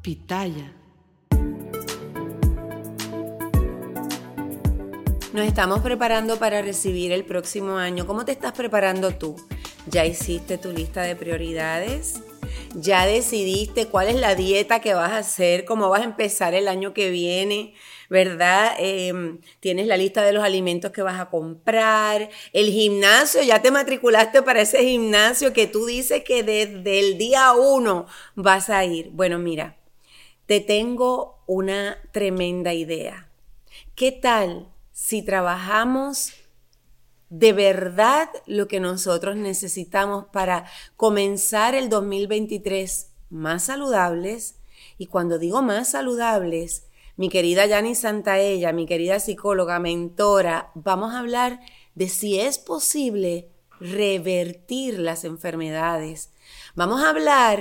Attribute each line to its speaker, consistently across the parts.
Speaker 1: Pitaya.
Speaker 2: Nos estamos preparando para recibir el próximo año. ¿Cómo te estás preparando tú? ¿Ya hiciste tu lista de prioridades? ¿Ya decidiste cuál es la dieta que vas a hacer? ¿Cómo vas a empezar el año que viene? ¿Verdad? Tienes la lista de los alimentos que vas a comprar. El gimnasio, ya te matriculaste para ese gimnasio que tú dices que desde el día 1 vas a ir. Bueno, mira, te tengo una tremenda idea. ¿Qué tal si trabajamos de verdad lo que nosotros necesitamos para comenzar el 2023 más saludables? Y cuando digo más saludables, mi querida Yani Santaella, mi querida psicóloga, mentora, vamos a hablar de si es posible revertir las enfermedades. Vamos a hablar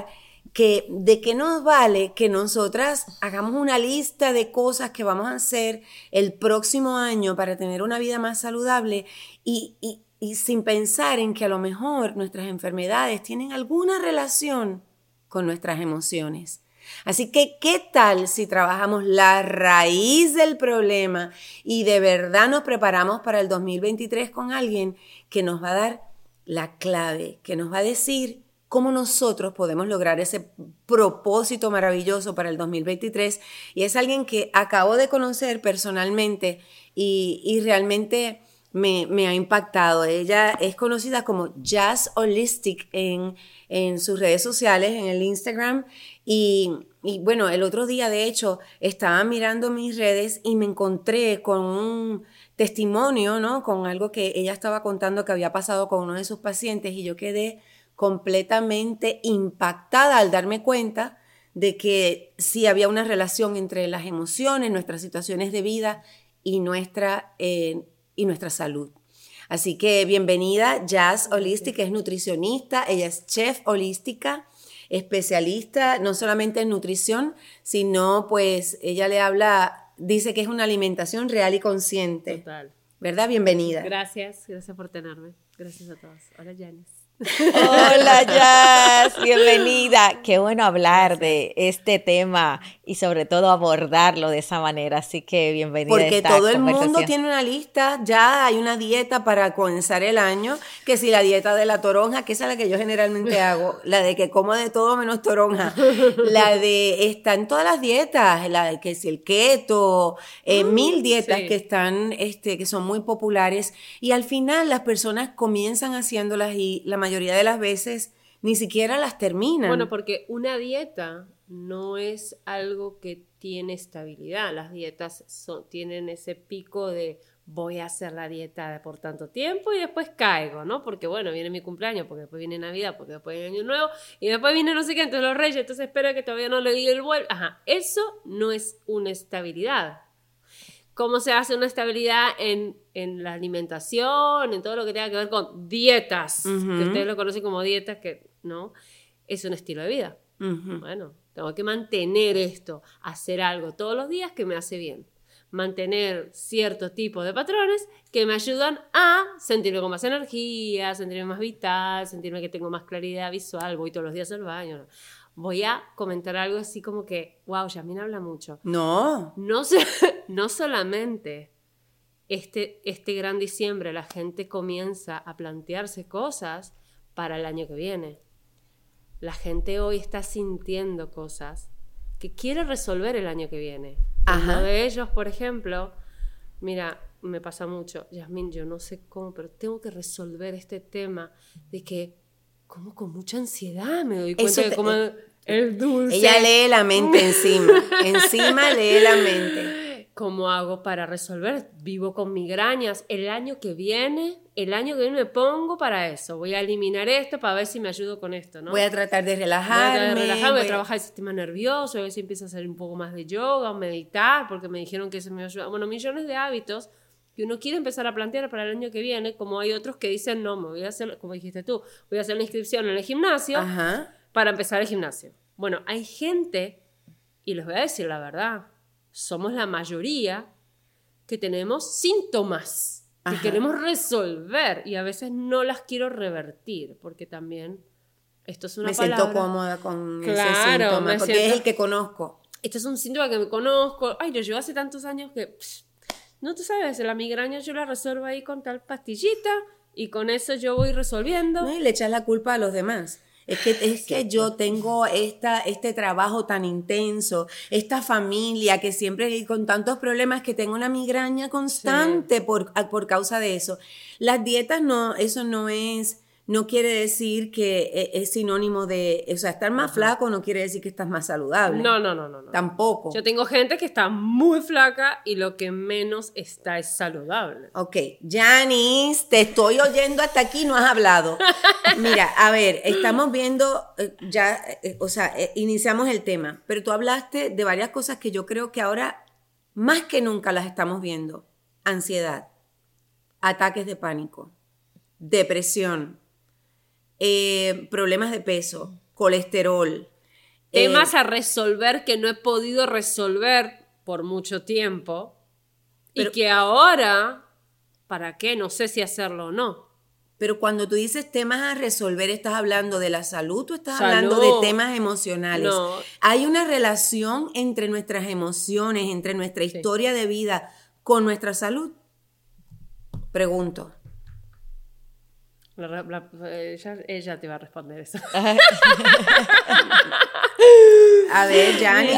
Speaker 2: de qué nos vale que nosotras hagamos una lista de cosas que vamos a hacer el próximo año para tener una vida más saludable y sin pensar en que a lo mejor nuestras enfermedades tienen alguna relación con nuestras emociones. Así que, ¿qué tal si trabajamos la raíz del problema y de verdad nos preparamos para el 2023 con alguien que nos va a dar la clave, que nos va a decir cómo nosotros podemos lograr ese propósito maravilloso para el 2023? Y es alguien que acabo de conocer personalmente y realmente me ha impactado. Ella es conocida como Jazz Holistic en sus redes sociales, en el Instagram. Y bueno, el otro día, de hecho, estaba mirando mis redes y me encontré con un testimonio, ¿no? Con algo que ella estaba contando que había pasado con uno de sus pacientes y yo quedé completamente impactada al darme cuenta de que sí había una relación entre las emociones, nuestras situaciones de vida y nuestra salud. Así que bienvenida, Jazz Holistic, es nutricionista, ella es chef holística, especialista no solamente en nutrición, sino pues ella dice que es una alimentación real y consciente.
Speaker 3: Total.
Speaker 2: ¿Verdad? Bienvenida.
Speaker 3: Gracias por tenerme. Gracias a todos. Hola, Janice.
Speaker 4: Hola, Jazz, bienvenida. Qué bueno hablar de este tema y sobre todo abordarlo de esa manera, así que bienvenida.
Speaker 2: Porque todo el mundo tiene una lista, ya hay una dieta para comenzar el año, que si la dieta de la toronja, que esa es la que yo generalmente hago, la de que como de todo menos toronja, está en todas las dietas, la de que si el keto, 1000 dietas sí, que están, que son muy populares, y al final las personas comienzan haciéndolas y la mayoría de las veces ni siquiera las terminan.
Speaker 3: Bueno, porque una dieta no es algo que tiene estabilidad. Las dietas tienen ese pico de voy a hacer la dieta por tanto tiempo y después caigo, ¿no? Porque bueno, viene mi cumpleaños, porque después viene Navidad, porque después viene Año Nuevo y después viene no sé qué, entonces los Reyes, entonces espero que todavía no le diga el vuelo. Ajá, eso no es una estabilidad. ¿Cómo se hace una estabilidad en la alimentación, en todo lo que tenga que ver con dietas? Que ustedes lo conocen como dietas, que no, es un estilo de vida. Bueno, tengo que mantener esto, hacer algo todos los días que me hace bien. Mantener cierto tipo de patrones que me ayudan a sentirme con más energía, sentirme más vital, sentirme que tengo más claridad visual, voy todos los días al baño, ¿no? Voy a comentar algo así como que, wow, Yasmín habla mucho. No solamente este gran diciembre la gente comienza a plantearse cosas para el año que viene. La gente hoy está sintiendo cosas que quiere resolver el año que viene. Uno de ellos, por ejemplo, mira, me pasa mucho, Yasmín, yo no sé cómo, pero tengo que resolver este tema de que como con mucha ansiedad me doy cuenta de cómo el dulce.
Speaker 2: Ella lee la mente encima lee la mente.
Speaker 3: ¿Cómo hago para resolver? Vivo con migrañas. El año que viene me pongo para eso. Voy a eliminar esto para ver si me ayudo con esto, ¿no?
Speaker 2: Voy a tratar de relajarme.
Speaker 3: Voy a trabajar el sistema nervioso, a ver si empiezo a hacer un poco más de yoga o meditar, porque me dijeron que eso me ayuda. Bueno, millones de hábitos que uno quiere empezar a plantear para el año que viene, como hay otros que dicen, no, me voy a hacer, como dijiste tú, voy a hacer una inscripción en el gimnasio para empezar el gimnasio. Bueno, hay gente, y les voy a decir la verdad, somos la mayoría que tenemos síntomas que queremos resolver y a veces no las quiero revertir, porque también Esto es una
Speaker 2: me
Speaker 3: palabra.
Speaker 2: siento cómoda con ese
Speaker 3: Claro,
Speaker 2: síntoma,
Speaker 3: me
Speaker 2: porque
Speaker 3: siento-
Speaker 2: es el que conozco.
Speaker 3: Este es un síntoma que me conozco. Ay, lo llevo hace tantos años que... no, tú sabes, la migraña yo la resuelvo ahí con tal pastillita y con eso yo voy resolviendo.
Speaker 2: ¿No? Y le echas la culpa a los demás. Es que yo tengo este trabajo tan intenso, esta familia que siempre con tantos problemas que tengo una migraña constante por causa de eso. Las dietas eso no quiere decir que es sinónimo de, o sea, estar más flaco no quiere decir que estás más saludable.
Speaker 3: No.
Speaker 2: Tampoco.
Speaker 3: Yo tengo gente que está muy flaca y lo que menos está es saludable.
Speaker 2: Ok, Janice, te estoy oyendo hasta aquí, no has hablado. Mira, a ver, estamos viendo, iniciamos el tema, pero tú hablaste de varias cosas que yo creo que ahora más que nunca las estamos viendo. Ansiedad, ataques de pánico, depresión, problemas de peso, colesterol.
Speaker 3: Temas a resolver que no he podido resolver por mucho tiempo y que ahora, ¿para qué? No sé si hacerlo o no.
Speaker 2: Pero cuando tú dices temas a resolver, ¿estás hablando de la salud o estás hablando de temas emocionales?
Speaker 3: No.
Speaker 2: Hay una relación entre nuestras emociones, entre nuestra historia de vida con nuestra salud. Pregunto.
Speaker 3: Ella te va a responder eso.
Speaker 2: A ver, Jani.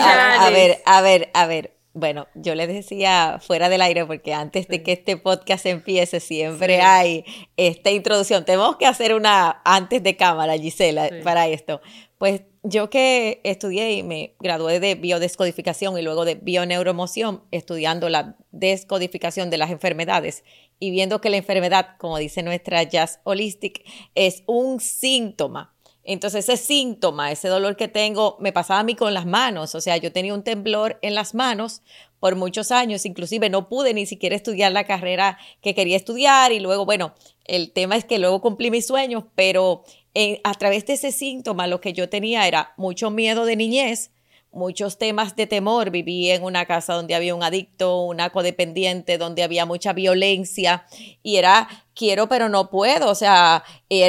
Speaker 4: A ver. Bueno, yo les decía fuera del aire porque antes de que este podcast empiece siempre hay esta introducción. Tenemos que hacer una antes de cámara, Gisela, para esto. Pues yo que estudié y me gradué de biodescodificación y luego de bioneuroemoción, estudiando la descodificación de las enfermedades y viendo que la enfermedad, como dice nuestra Jazz Holistic, es un síntoma. Entonces ese síntoma, ese dolor que tengo, me pasaba a mí con las manos. O sea, yo tenía un temblor en las manos por muchos años. Inclusive no pude ni siquiera estudiar la carrera que quería estudiar. Y luego, bueno, el tema es que luego cumplí mis sueños. Pero a través de ese síntoma lo que yo tenía era mucho miedo de niñez, muchos temas de temor. Viví en una casa donde había un adicto, una codependiente, donde había mucha violencia. Y era, quiero pero no puedo. O sea,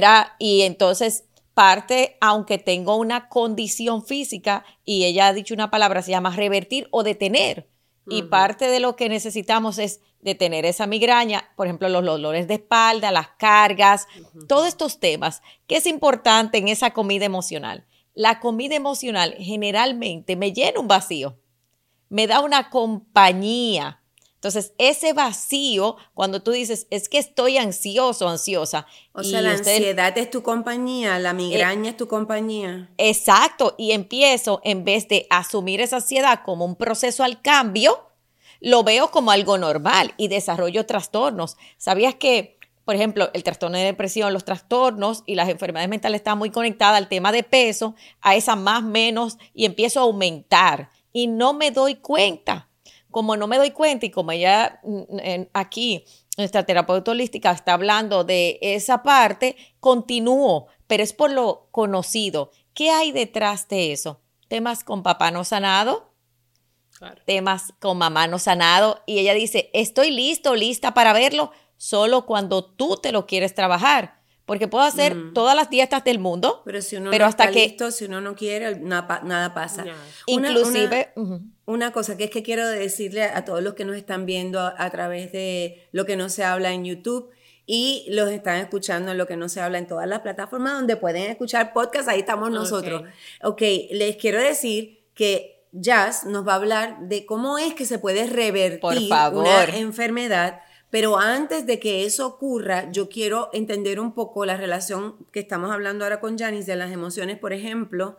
Speaker 4: y entonces... parte, aunque tengo una condición física, y ella ha dicho una palabra, se llama revertir o detener. Y parte de lo que necesitamos es detener esa migraña, por ejemplo, los dolores de espalda, las cargas, todos estos temas. ¿Qué es importante en esa comida emocional? La comida emocional generalmente me llena un vacío, me da una compañía. Entonces, ese vacío, cuando tú dices, es que estoy ansioso, ansiosa.
Speaker 2: O sea, la ansiedad es tu compañía, la migraña es tu compañía.
Speaker 4: Exacto, y empiezo, en vez de asumir esa ansiedad como un proceso al cambio, lo veo como algo normal y desarrollo trastornos. ¿Sabías que, por ejemplo, el trastorno de depresión, los trastornos y las enfermedades mentales están muy conectadas al tema de peso, a esa más, menos, y empiezo a aumentar y no me doy cuenta? Como no me doy cuenta y como ella aquí, nuestra terapeuta holística está hablando de esa parte, continúo, pero es por lo conocido. ¿Qué hay detrás de eso? Temas con papá no sanado, temas con mamá no sanado, y ella dice, estoy lista para verlo solo cuando tú te lo quieres trabajar. Porque puedo hacer todas las dietas del mundo,
Speaker 2: pero si uno
Speaker 4: pero
Speaker 2: no
Speaker 4: hasta
Speaker 2: está
Speaker 4: que
Speaker 2: listo, si uno no quiere, nada pasa.
Speaker 3: No.
Speaker 4: Inclusive...
Speaker 2: Una cosa que es que quiero decirle a todos los que nos están viendo a través de Lo que no se habla en YouTube y los están escuchando en Lo que no se habla en todas las plataformas donde pueden escuchar podcasts, ahí estamos nosotros. Ok, les quiero decir que Jazz nos va a hablar de cómo es que se puede revertir una enfermedad. Pero antes de que eso ocurra, yo quiero entender un poco la relación que estamos hablando ahora con Janice de las emociones, por ejemplo,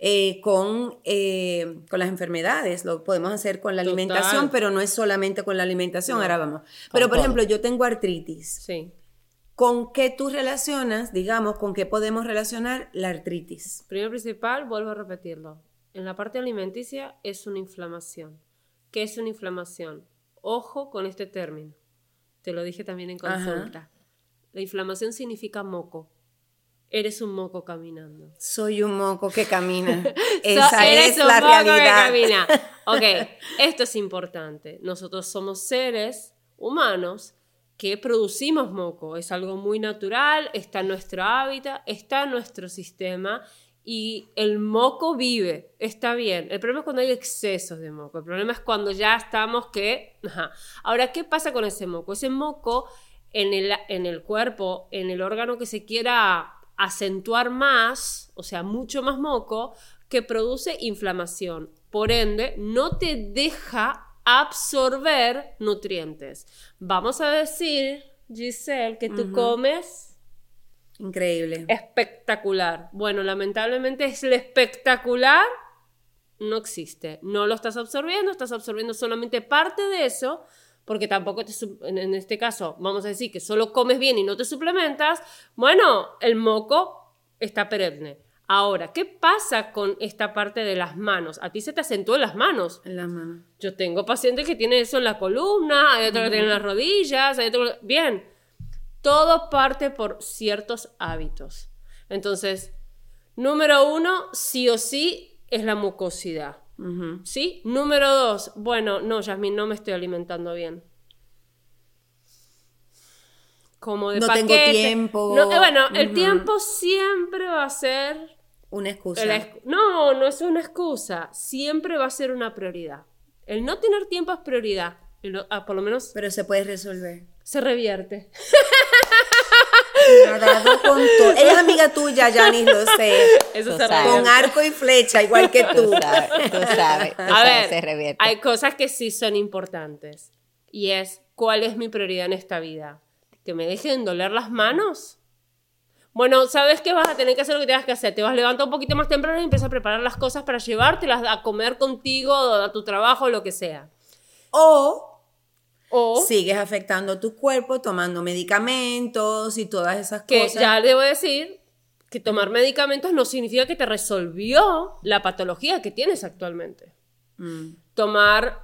Speaker 2: con las enfermedades. Lo podemos hacer con la alimentación, pero no es solamente con la alimentación. No, ahora vamos. Pero, por ejemplo, yo tengo artritis.
Speaker 3: Sí.
Speaker 2: ¿Con qué tú relacionas, digamos, con qué podemos relacionar la artritis?
Speaker 3: Primero principal, vuelvo a repetirlo. En la parte alimenticia es una inflamación. ¿Qué es una inflamación? Ojo con este término. Te lo dije también en consulta. Ajá. La inflamación significa moco. Eres un moco caminando.
Speaker 2: Soy un moco que camina. Esa es la realidad.
Speaker 3: Que camina. Ok, esto es importante. Nosotros somos seres humanos que producimos moco. Es algo muy natural, está en nuestro hábitat, está en nuestro sistema y el moco vive, está bien. El problema es cuando hay excesos de moco. El problema es cuando ya estamos que... Ajá. Ahora, ¿qué pasa con ese moco? Ese moco en el cuerpo, en el órgano que se quiera acentuar más, o sea, mucho más moco, que produce inflamación. Por ende, no te deja absorber nutrientes. Vamos a decir, Giselle, que tú comes...
Speaker 2: Increíble.
Speaker 3: Espectacular. Bueno, lamentablemente el espectacular no existe. No lo estás absorbiendo solamente parte de eso, porque tampoco en este caso, vamos a decir que solo comes bien y no te suplementas. Bueno, el moco está perenne. Ahora, ¿qué pasa con esta parte de las manos? A ti se te acentúa en las manos.
Speaker 2: En las manos.
Speaker 3: Yo tengo pacientes que tienen eso en la columna, hay otros que tienen en las rodillas, hay otros... Bien, todo parte por ciertos hábitos. Entonces, número 1, sí o sí, es la mucosidad. ¿Sí? Número 2, bueno, no, Yasmín, no me estoy alimentando bien. Como de
Speaker 2: no
Speaker 3: paquete.
Speaker 2: Tengo tiempo.
Speaker 3: No, bueno, el tiempo siempre va a ser...
Speaker 2: Una excusa.
Speaker 3: No es una excusa. Siempre va a ser una prioridad. El no tener tiempo es prioridad. Por lo menos...
Speaker 2: Pero se puede resolver.
Speaker 3: Se revierte.
Speaker 2: Me ha dado con todo. Ella es amiga tuya, Yanis, lo sé.
Speaker 3: Eso
Speaker 4: Tú
Speaker 3: se
Speaker 4: sabes.
Speaker 3: revierte.
Speaker 2: Con arco y flecha, igual que tú.
Speaker 4: Tú sabes,
Speaker 3: A ver,
Speaker 4: se revierte.
Speaker 3: hay cosas que sí son importantes. Y es, ¿cuál es mi prioridad en esta vida? ¿Que me dejen doler las manos? Bueno, ¿sabes qué? Vas a tener que hacer lo que tengas que hacer. Te vas a levantar un poquito más temprano y empiezas a preparar las cosas para llevártelas a comer contigo, a tu trabajo, lo que sea.
Speaker 2: O
Speaker 3: O
Speaker 2: sigues afectando tu cuerpo tomando medicamentos y todas esas
Speaker 3: que
Speaker 2: cosas.
Speaker 3: ya debo decir que tomar medicamentos no significa que te resolvió la patología que tienes actualmente. Tomar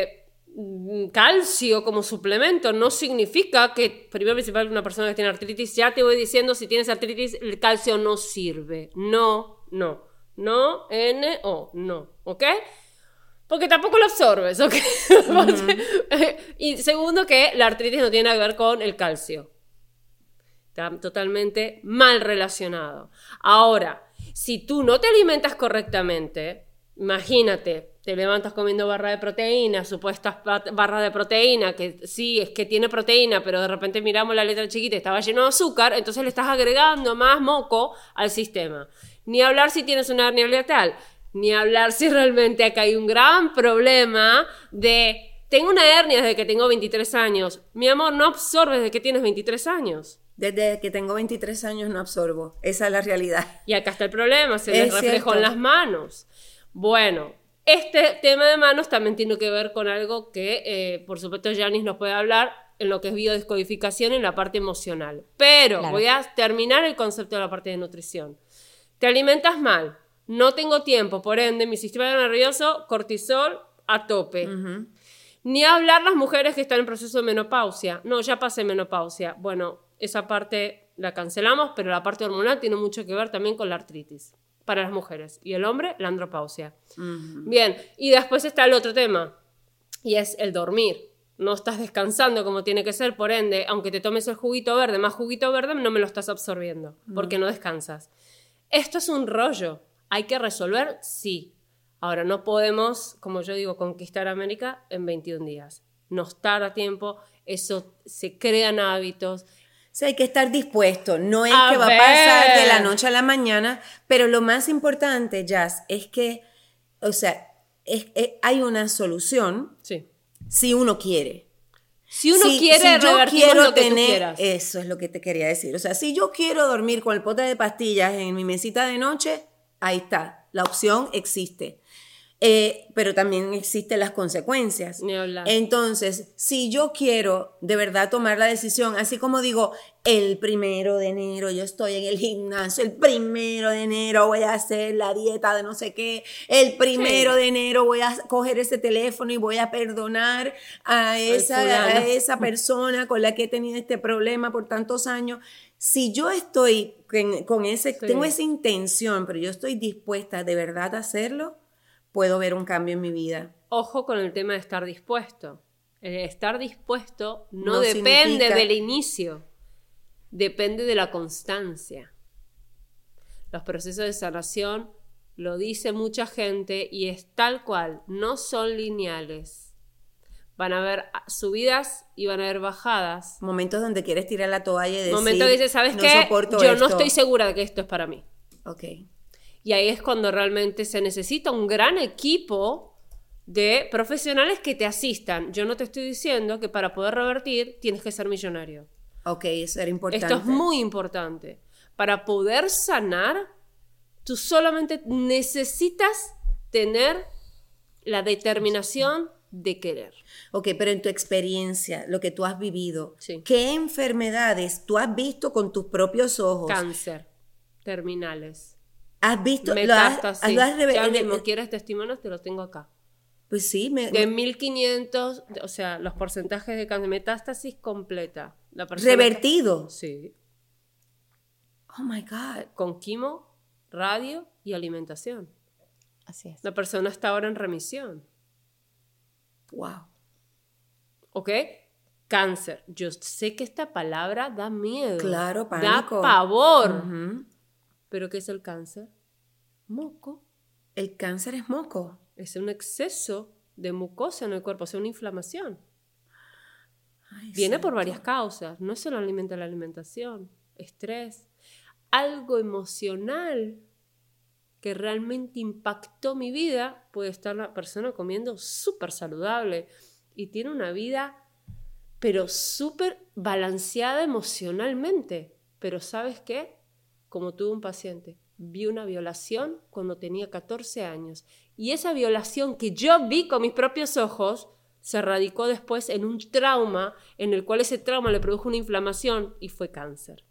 Speaker 3: calcio como suplemento no significa que, primero principal, una persona que tiene artritis, ya te voy diciendo, si tienes artritis, el calcio no sirve. No, ¿ok? Porque tampoco lo absorbes, ¿ok? Y segundo, que la artritis no tiene nada que ver con el calcio. Está totalmente mal relacionado. Ahora, si tú no te alimentas correctamente, imagínate, te levantas comiendo barra de proteína, supuestas barras de proteína, que sí, es que tiene proteína, pero de repente miramos la letra chiquita y estaba lleno de azúcar, entonces le estás agregando más moco al sistema. Ni hablar si tienes una hernia hiatal, ni hablar si realmente acá hay un gran problema de... Tengo una hernia desde que tengo 23 años. Mi amor, no absorbes desde que tienes 23 años.
Speaker 2: Desde que tengo 23 años no absorbo. Esa es la realidad.
Speaker 3: Y acá está el problema, se les reflejó
Speaker 2: cierto.
Speaker 3: en las manos. Bueno, este tema de manos también tiene que ver con algo que, por supuesto, Yanis nos puede hablar en lo que es biodescodificación en la parte emocional. Pero
Speaker 4: Claro.
Speaker 3: voy a terminar el concepto de la parte de nutrición. Te alimentas mal, no tengo tiempo, por ende, mi sistema nervioso, cortisol a tope. Ni hablar las mujeres que están en proceso de menopausia. No, ya pasé menopausia. Bueno, esa parte la cancelamos, pero la parte hormonal tiene mucho que ver también con la artritis para las mujeres. Y el hombre, la andropausia. Bien, y después está el otro tema, y es el dormir. No estás descansando como tiene que ser, por ende, aunque te tomes el juguito verde, más juguito verde, no me lo estás absorbiendo, porque no descansas. Esto es un rollo. ¿Hay que resolver? Sí. Ahora, no podemos, como yo digo, conquistar América en 21 días. Nos tarda tiempo, eso se crean hábitos.
Speaker 2: O sea, hay que estar dispuesto. No es
Speaker 3: A
Speaker 2: que va
Speaker 3: ver.
Speaker 2: a pasar de la noche a la mañana, pero lo más importante, Jazz, es que, o sea, hay una solución
Speaker 3: Sí.
Speaker 2: si uno quiere.
Speaker 3: Si uno
Speaker 2: Si
Speaker 3: quiere,
Speaker 2: yo
Speaker 3: revertimos
Speaker 2: quiero
Speaker 3: lo que tú
Speaker 2: tener,
Speaker 3: quieras.
Speaker 2: eso es lo que te quería decir. O sea, si yo quiero dormir con el pote de pastillas en mi mesita de noche, ahí está, la opción existe. Pero también existen las consecuencias.
Speaker 3: Ni hablar.
Speaker 2: Entonces, si yo quiero de verdad tomar la decisión, así como digo, el 1 de enero yo estoy en el gimnasio, el 1 de enero voy a hacer la dieta de no sé qué, el 1 de enero voy a coger ese teléfono y voy a perdonar a esa persona con la que he tenido este problema por tantos años. Si yo estoy con tengo esa intención, pero yo estoy dispuesta de verdad a hacerlo, puedo ver un cambio en mi vida.
Speaker 3: Ojo con el tema de estar dispuesto. Estar dispuesto no
Speaker 2: No
Speaker 3: depende
Speaker 2: significa-
Speaker 3: del inicio, depende de la constancia. Los procesos de sanación, lo dice mucha gente y es tal cual, no son lineales. Van a haber subidas y van a haber bajadas.
Speaker 2: Momentos donde quieres tirar la toalla y decir,
Speaker 3: Momentos que dices, ¿sabes
Speaker 2: no
Speaker 3: qué?
Speaker 2: soporto
Speaker 3: Yo
Speaker 2: esto.
Speaker 3: no estoy segura de que esto es para mí.
Speaker 2: Ok.
Speaker 3: Y ahí es cuando realmente se necesita un gran equipo de profesionales que te asistan. Yo no te estoy diciendo que para poder revertir tienes que ser millonario.
Speaker 2: Ok, eso era importante.
Speaker 3: Esto es muy importante. Para poder sanar, tú solamente necesitas tener la determinación de querer.
Speaker 2: Ok, pero en tu experiencia, lo que tú has vivido,
Speaker 3: Sí.
Speaker 2: ¿qué enfermedades tú has visto con tus propios ojos?
Speaker 3: Cáncer, terminales,
Speaker 2: ¿Has visto?
Speaker 3: metástasis.
Speaker 2: lo has
Speaker 3: Ya mismo, ¿quieres testimonios? Te los tengo acá.
Speaker 2: Pues sí,
Speaker 3: De 1500, o sea, los porcentajes de cáncer, metástasis completa. La persona
Speaker 2: revertido.
Speaker 3: Sí.
Speaker 2: Oh my God.
Speaker 3: Con quimo, radio y alimentación.
Speaker 4: Así es.
Speaker 3: La persona está ahora en remisión.
Speaker 2: Wow.
Speaker 3: ¿Ok? Cáncer. Yo sé que esta palabra da miedo.
Speaker 2: Claro, pánico.
Speaker 3: Da pavor.
Speaker 2: Ujú.
Speaker 3: ¿Pero qué es el cáncer? Moco.
Speaker 2: El cáncer es moco.
Speaker 3: Es un exceso de mucosa en el cuerpo, o sea, una inflamación.
Speaker 2: Ay,
Speaker 3: Viene
Speaker 2: santo.
Speaker 3: por varias causas. No es solo la alimentación, estrés, algo emocional que realmente impactó mi vida. Puede estar la persona comiendo súper saludable y tiene una vida, pero súper balanceada emocionalmente. Pero ¿sabes qué? Como tuve un paciente, vi una violación cuando tenía 14 años. Y esa violación que yo vi con mis propios ojos se radicó después en un trauma, en el cual ese trauma le produjo una inflamación y fue cáncer.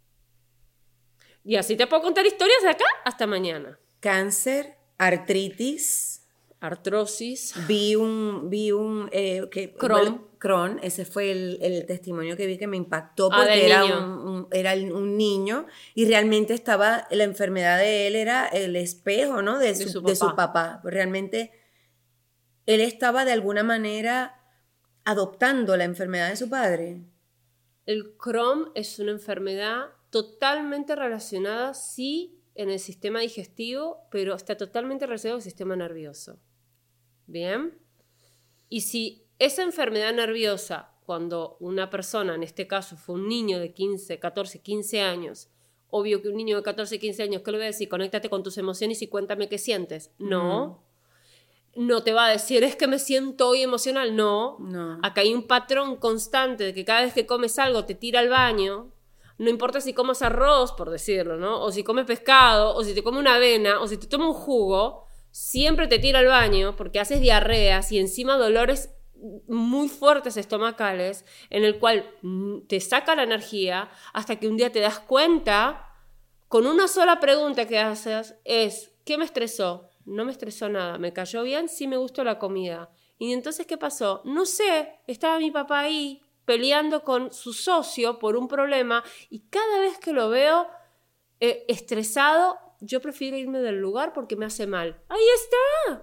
Speaker 3: Y así te puedo contar historias de acá hasta mañana.
Speaker 2: Cáncer, artritis.
Speaker 3: Artrosis.
Speaker 2: Vi un
Speaker 3: Crohn.
Speaker 2: Crohn, ese fue el testimonio que vi que me impactó
Speaker 3: Ah,
Speaker 2: porque
Speaker 3: del
Speaker 2: era
Speaker 3: niño.
Speaker 2: era un niño y realmente estaba, la enfermedad de él era el espejo, ¿no? De su papá. Realmente él estaba de alguna manera adoptando la enfermedad de su padre.
Speaker 3: El Crohn es una enfermedad totalmente relacionada, sí, en el sistema digestivo, pero está totalmente relacionado al sistema nervioso. ¿Bien? Y si esa enfermedad nerviosa, cuando una persona, en este caso fue un niño de 14, 15 años, obvio que un niño de 14, 15 años, ¿qué le voy a decir? Conéctate con tus emociones y cuéntame qué sientes. No. No te va a decir, es que me siento hoy emocional. No. Acá hay un patrón constante de que cada vez que comes algo te tira al baño. No importa si comes arroz, por decirlo, ¿no? O si comes pescado, o si te comes una avena, o si te tomas un jugo, siempre te tira al baño porque haces diarreas y encima dolores muy fuertes estomacales en el cual te saca la energía hasta que un día te das cuenta, con una sola pregunta que haces es, ¿qué me estresó? No me estresó nada. ¿Me cayó bien? Sí, me gustó la comida. ¿Y entonces qué pasó? No sé, estaba mi papá ahí peleando con su socio por un problema y cada vez que lo veo estresado, yo prefiero irme del lugar porque me hace mal. ¡Ahí está!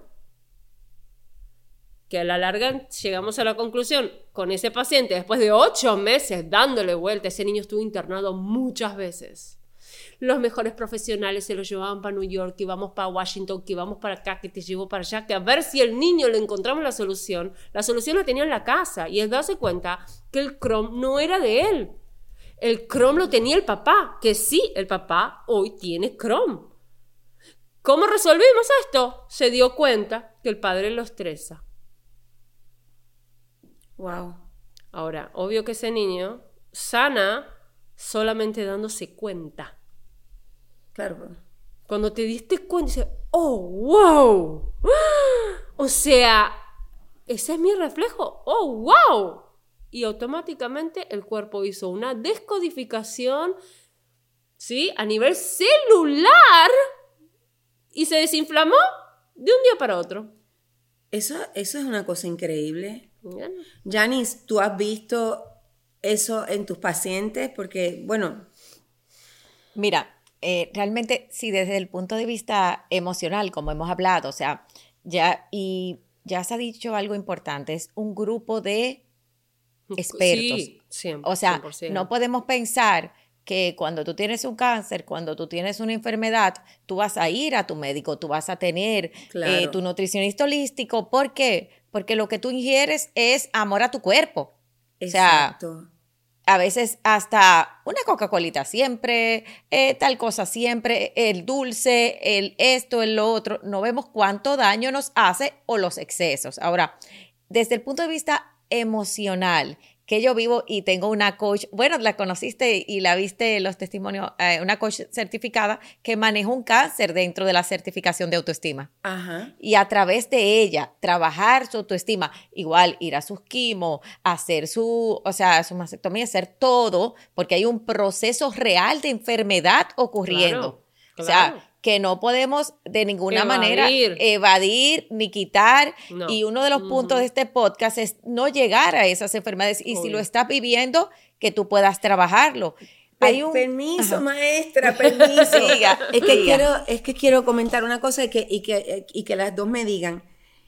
Speaker 3: Que a la larga llegamos a la conclusión con ese paciente, después de 8 meses dándole vuelta, ese niño estuvo internado muchas veces. Los mejores profesionales se lo llevaban para New York, que íbamos para Washington, que íbamos para acá, que te llevo para allá, que a ver si el niño le encontramos la solución. La solución la tenía en la casa y él darse cuenta que el Crohn no era de él. El Crohn lo tenía el papá, que sí, el papá hoy tiene Crohn. ¿Cómo resolvimos esto? Se dio cuenta que el padre lo estresa.
Speaker 2: Wow.
Speaker 3: Ahora, obvio que ese niño sana solamente dándose cuenta.
Speaker 2: Claro.
Speaker 3: Cuando te diste cuenta, dices, ¡oh, wow! O sea, ese es mi reflejo. ¡Oh, wow! Y automáticamente el cuerpo hizo una descodificación, ¿sí? A nivel celular y se desinflamó de un día para otro.
Speaker 2: Eso es una cosa increíble.
Speaker 3: Bien.
Speaker 2: Janice, ¿tú has visto eso en tus pacientes? Porque, bueno...
Speaker 4: Mira, realmente sí, desde el punto de vista emocional, como hemos hablado, o sea, ya se ha dicho algo importante, es un grupo de expertos.
Speaker 3: Sí, 100%.
Speaker 4: O sea, no podemos pensar que cuando tú tienes un cáncer, cuando tú tienes una enfermedad, tú vas a ir a tu médico, tú vas a tener
Speaker 2: Claro.
Speaker 4: tu nutricionista holístico. ¿Por qué? Porque lo que tú ingieres es amor a tu cuerpo.
Speaker 2: Exacto.
Speaker 4: O sea, a veces hasta una Coca-Colita siempre, tal cosa siempre, el dulce, el esto, el lo otro. No vemos cuánto daño nos hace o los excesos. Ahora, desde el punto de vista emocional, que yo vivo y tengo una coach, bueno, la conociste y la viste en los testimonios, una coach certificada que maneja un cáncer dentro de la certificación de autoestima.
Speaker 2: Ajá.
Speaker 4: Y a través de ella, trabajar su autoestima, igual ir a sus quimos, hacer su mastectomía, hacer todo, porque hay un proceso real de enfermedad ocurriendo.
Speaker 3: Claro.
Speaker 4: O sea, que no podemos de ninguna manera
Speaker 3: Evadir.
Speaker 4: evadir ni quitar.
Speaker 3: No.
Speaker 4: Y uno de los puntos de este podcast es no llegar a esas enfermedades. Y si
Speaker 3: Obvio.
Speaker 4: lo estás viviendo, que tú puedas trabajarlo. Hay un...
Speaker 2: Permiso,
Speaker 4: Ajá.
Speaker 2: maestra, permiso.
Speaker 4: Diga, diga.
Speaker 2: Es que quiero comentar una cosa y que las dos me digan.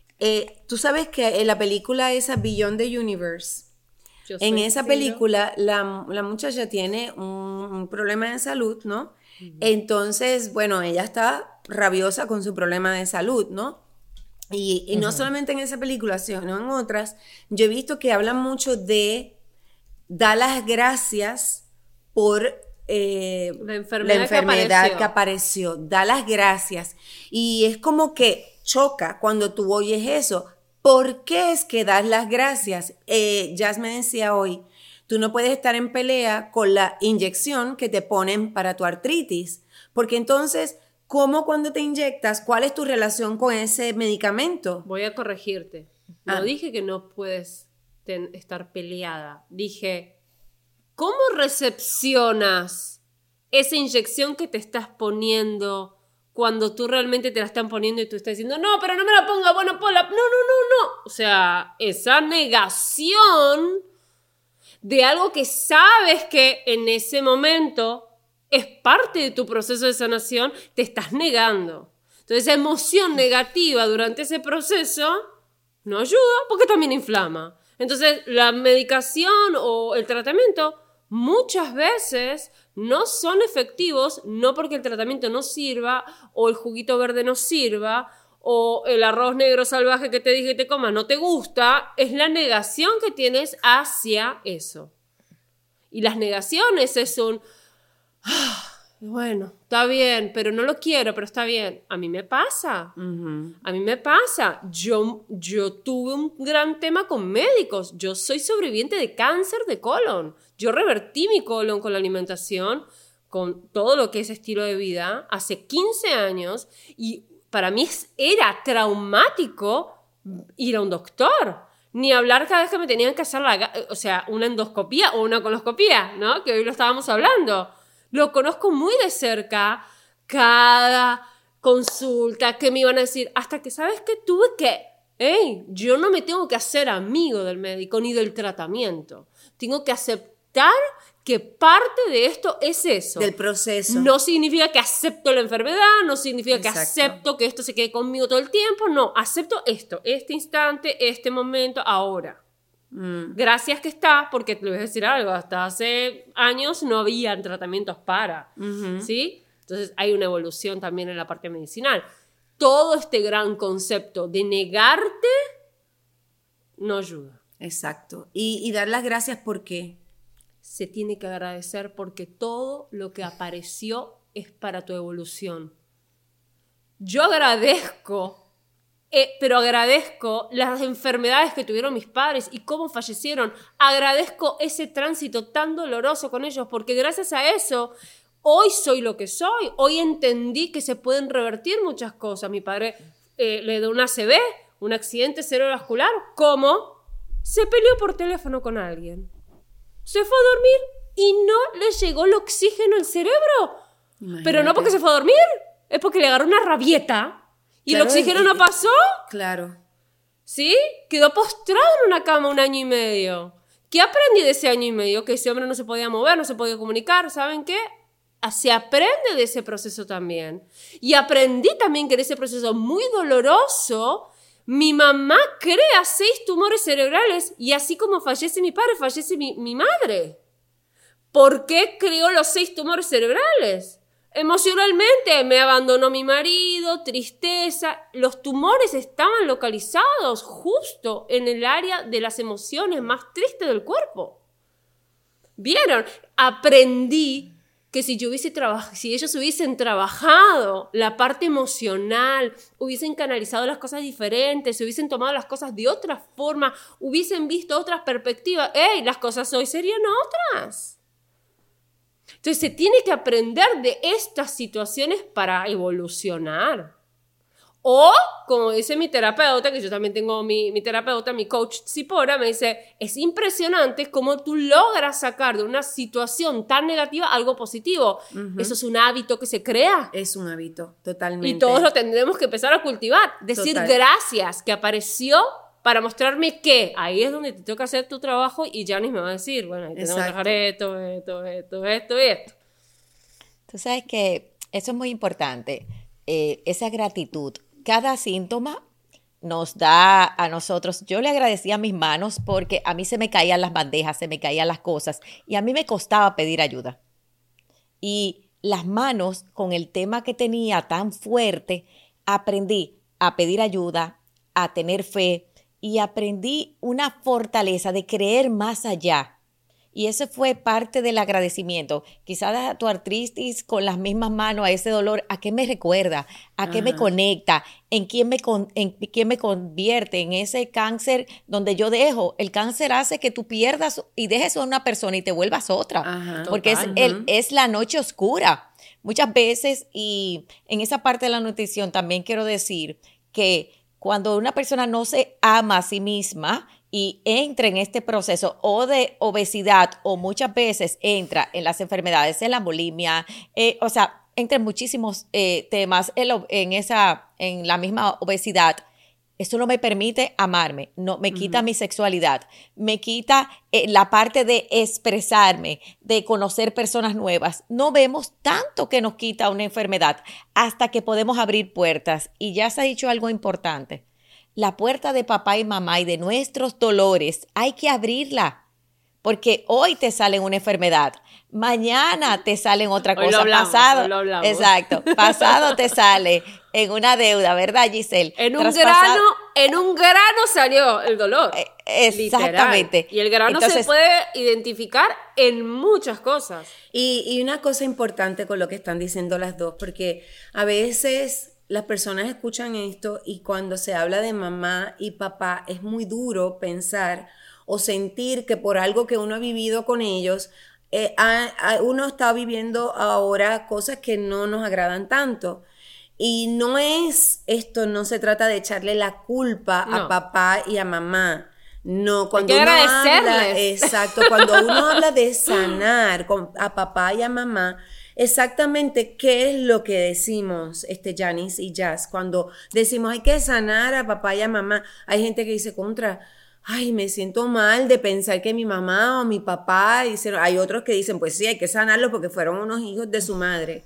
Speaker 2: Tú sabes que en la película esa Beyond the Universe,
Speaker 3: Yo
Speaker 2: en
Speaker 3: soy
Speaker 2: esa
Speaker 3: Ciro.
Speaker 2: película la muchacha tiene un problema de salud, ¿no? Entonces, bueno, ella está rabiosa con su problema de salud, ¿no? Y no solamente en esa película, sino en otras, yo he visto que hablan mucho de dar las gracias por
Speaker 3: La enfermedad que
Speaker 2: apareció. Da las gracias. Y es como que choca cuando tú oyes eso. ¿Por qué es que das las gracias? Jazz me decía hoy, tú no puedes estar en pelea con la inyección que te ponen para tu artritis, porque entonces, ¿cómo cuando te inyectas? ¿Cuál es tu relación con ese medicamento?
Speaker 3: Voy a corregirte. No dije que no puedes estar peleada. Dije, ¿cómo recepcionas esa inyección que te estás poniendo cuando tú realmente te la están poniendo y tú estás diciendo, no, pero no me la ponga, bueno, ponla. No. O sea, esa negación de algo que sabes que en ese momento es parte de tu proceso de sanación, te estás negando. Entonces, esa emoción negativa durante ese proceso no ayuda porque también inflama. Entonces, la medicación o el tratamiento muchas veces no son efectivos, no porque el tratamiento no sirva o el juguito verde no sirva o el arroz negro salvaje que te dije que te comas no te gusta, es la negación que tienes hacia eso. Y las negaciones es un... bueno, está bien, pero no lo quiero, pero está bien. A mí me pasa. A mí me pasa. Yo tuve un gran tema con médicos. Yo soy sobreviviente de cáncer de colon. Yo revertí mi colon con la alimentación, con todo lo que es estilo de vida, hace 15 años. Y para mí era traumático ir a un doctor. Ni hablar cada vez que me tenían que hacer una endoscopía o una coloscopía, ¿no? Que hoy lo estábamos hablando. Lo conozco muy de cerca, cada consulta, que me iban a decir, hasta que, ¿sabes qué? Tuve que, yo no me tengo que hacer amigo del médico ni del tratamiento. Tengo que aceptar que parte de esto es eso.
Speaker 2: Del proceso.
Speaker 3: No significa que acepto la enfermedad, no significa
Speaker 2: Exacto.
Speaker 3: que acepto que esto se quede conmigo todo el tiempo, no, acepto esto, este instante, este momento, ahora. Gracias que está, porque te voy a decir algo, hasta hace años no había tratamientos para, ¿sí? Entonces hay una evolución también en la parte medicinal. Todo este gran concepto de negarte no ayuda.
Speaker 2: Exacto. Y dar las gracias, ¿por qué?
Speaker 3: Se tiene que agradecer porque todo lo que apareció es para tu evolución. Yo agradezco, pero agradezco las enfermedades que tuvieron mis padres y cómo fallecieron. Agradezco ese tránsito tan doloroso con ellos porque gracias a eso hoy soy lo que soy. Hoy entendí que se pueden revertir muchas cosas. Mi padre le dio un ACV, un accidente cerebrovascular. ¿Cómo? Se peleó por teléfono con alguien. Se fue a dormir y no le llegó el oxígeno al cerebro.
Speaker 2: Imagínate.
Speaker 3: Pero no porque se fue a dormir, es porque le agarró una rabieta y
Speaker 2: Claro,
Speaker 3: el oxígeno no pasó.
Speaker 2: Claro.
Speaker 3: ¿Sí? Quedó postrado en una cama 1 año y medio. ¿Qué aprendí de ese año y medio? Que ese hombre no se podía mover, no se podía comunicar. ¿Saben qué? Se aprende de ese proceso también. Y aprendí también que en ese proceso muy doloroso mi mamá crea 6 tumores cerebrales y así como fallece mi padre, fallece mi madre. ¿Por qué creó los 6 tumores cerebrales? Emocionalmente me abandonó mi marido, tristeza. Los tumores estaban localizados justo en el área de las emociones más tristes del cuerpo. ¿Vieron? Aprendí que si ellos hubiesen trabajado la parte emocional, hubiesen canalizado las cosas diferentes, hubiesen tomado las cosas de otra forma, hubiesen visto otras perspectivas, las cosas hoy serían otras. Entonces se tiene que aprender de estas situaciones para evolucionar. O, como dice mi terapeuta, que yo también tengo mi terapeuta, mi coach Tsipora, me dice, es impresionante cómo tú logras sacar de una situación tan negativa algo positivo. Eso es un hábito que se crea.
Speaker 2: Es un hábito, totalmente.
Speaker 3: Y todos lo tendremos que empezar a cultivar. Decir gracias, que apareció para mostrarme que ahí es donde te toca hacer tu trabajo y Janice me va a decir, bueno, ahí tenemos que dejar esto.
Speaker 4: Tú sabes que eso es muy importante, esa gratitud. Cada síntoma nos da a nosotros, yo le agradecía a mis manos porque a mí se me caían las bandejas, se me caían las cosas y a mí me costaba pedir ayuda. Y las manos, con el tema que tenía tan fuerte, aprendí a pedir ayuda, a tener fe y aprendí una fortaleza de creer más allá. Y eso fue parte del agradecimiento. Quizás tu artritis con las mismas manos, a ese dolor, ¿a qué me recuerda? ¿A qué me conecta? ¿En quién me convierte? En ese cáncer donde yo dejo. El cáncer hace que tú pierdas y dejes a una persona y te vuelvas otra. Porque es la noche oscura. Muchas veces, y en esa parte de la nutrición también quiero decir que cuando una persona no se ama a sí misma y entra en este proceso o de obesidad o muchas veces entra en las enfermedades, en la bulimia, entra en muchísimos temas en la misma obesidad. Esto no me permite amarme, no, me quita mi sexualidad, me quita la parte de expresarme, de conocer personas nuevas. No vemos tanto que nos quita una enfermedad hasta que podemos abrir puertas. Y ya se ha dicho algo importante. La puerta de papá y mamá y de nuestros dolores hay que abrirla. Porque hoy te sale una enfermedad, mañana te sale otra cosa,
Speaker 3: hoy lo hablamos.
Speaker 4: Exacto, pasado te sale en una deuda, ¿verdad, Giselle?
Speaker 3: En un grano salió el dolor.
Speaker 4: Exactamente.
Speaker 3: Literal. Y el grano se puede identificar en muchas cosas.
Speaker 2: Y una cosa importante con lo que están diciendo las dos, porque a veces las personas escuchan esto y cuando se habla de mamá y papá es muy duro pensar o sentir que por algo que uno ha vivido con ellos, uno está viviendo ahora cosas que no nos agradan tanto. Y no se trata de echarle la culpa a papá y a mamá. No, cuando
Speaker 3: hay que
Speaker 2: uno
Speaker 3: agradecerles.
Speaker 2: cuando uno habla de sanar a papá y a mamá, exactamente qué es lo que decimos, Janice y Jazz, cuando decimos hay que sanar a papá y a mamá. Hay gente que dice ay, me siento mal de pensar que mi mamá o mi papá hicieron. Hay otros que dicen, pues sí, hay que sanarlos porque fueron unos hijos de su madre.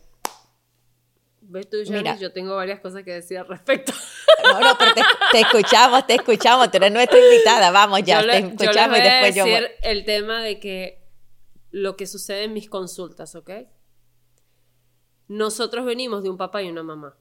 Speaker 3: ¿Ves tú, Janice? Yo tengo varias cosas que decir al respecto.
Speaker 4: No, pero te escuchamos, tú eres nuestra invitada, vamos ya, te escuchamos y después yo voy.
Speaker 3: El tema de que lo que sucede en mis consultas, ¿ok? Nosotros venimos de un papá y una mamá.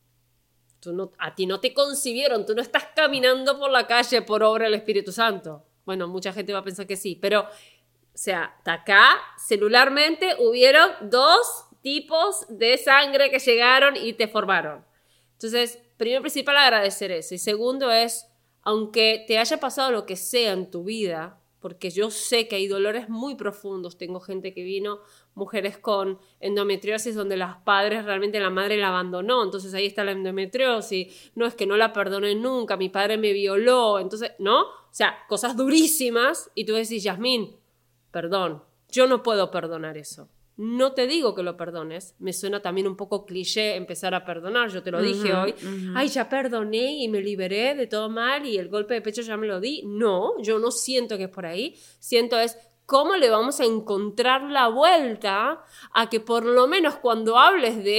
Speaker 3: A ti no te concibieron, tú no estás caminando por la calle por obra del Espíritu Santo. Bueno, mucha gente va a pensar que sí, pero, o sea, acá, celularmente, hubieron 2 tipos de sangre que llegaron y te formaron. Entonces, primero principal, agradecer eso. Y segundo es, aunque te haya pasado lo que sea en tu vida, porque yo sé que hay dolores muy profundos, tengo gente que vino, mujeres con endometriosis donde los padres, realmente la madre la abandonó, entonces ahí está la endometriosis, no es que no la perdoné nunca, mi padre me violó, entonces, ¿no? O sea, cosas durísimas y tú decís, Yasmín, perdón, yo no puedo perdonar eso. No te digo que lo perdones, me suena también un poco cliché empezar a perdonar, yo te lo dije hoy, ay, ya perdoné y me liberé de todo mal y el golpe de pecho ya me lo di. No, yo no siento que es por ahí, siento es cómo le vamos a encontrar la vuelta a que por lo menos cuando hables de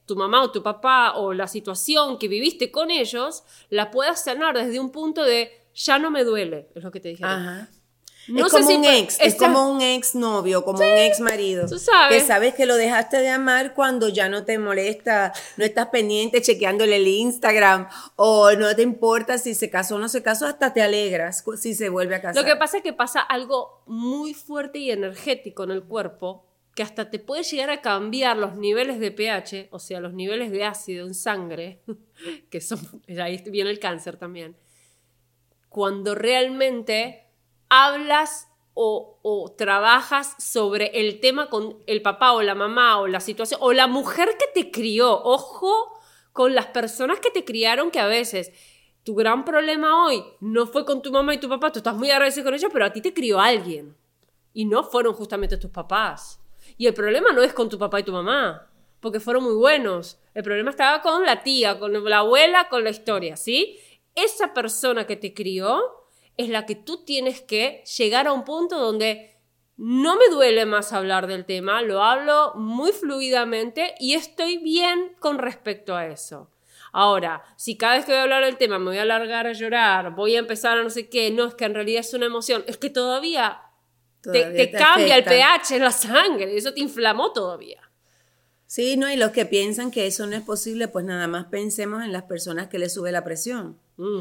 Speaker 3: tu mamá o tu papá o la situación que viviste con ellos, la puedas sanar desde un punto de ya no me duele, es lo que te dije.
Speaker 2: Ajá.
Speaker 3: No
Speaker 2: es
Speaker 3: sé
Speaker 2: como
Speaker 3: si
Speaker 2: un ex, es
Speaker 3: esta-
Speaker 2: como un ex novio, como un ex marido.
Speaker 3: tú sabes.
Speaker 2: Que sabes que lo dejaste de amar cuando ya no te molesta, no estás pendiente chequeándole el Instagram o no te importa si se casó o no se casó, hasta te alegras si se vuelve a casar.
Speaker 3: Lo que pasa es que pasa algo muy fuerte y energético en el cuerpo que hasta te puede llegar a cambiar los niveles de pH, o sea, los niveles de ácido en sangre, que son, ahí viene el cáncer también, cuando realmente hablas o trabajas sobre el tema con el papá o la mamá o la situación, o la mujer que te crió. Ojo con las personas que te criaron, que a veces tu gran problema hoy no fue con tu mamá y tu papá, tú estás muy agradecido con ellos, pero a ti te crió alguien. Y no fueron justamente tus papás. Y el problema no es con tu papá y tu mamá, porque fueron muy buenos. El problema estaba con la tía, con la abuela, con la historia, ¿sí? Esa persona que te crió es la que tú tienes que llegar a un punto donde no me duele más hablar del tema, lo hablo muy fluidamente y estoy bien con respecto a eso. Ahora, si cada vez que voy a hablar del tema me voy a largar a llorar, voy a empezar a no sé qué, no, es que en realidad es una emoción, es que todavía te cambia
Speaker 2: afecta.
Speaker 3: el pH en la sangre, eso te inflamó todavía.
Speaker 2: Sí, no, y los que piensan que eso no es posible, pues nada más pensemos en las personas que les sube la presión.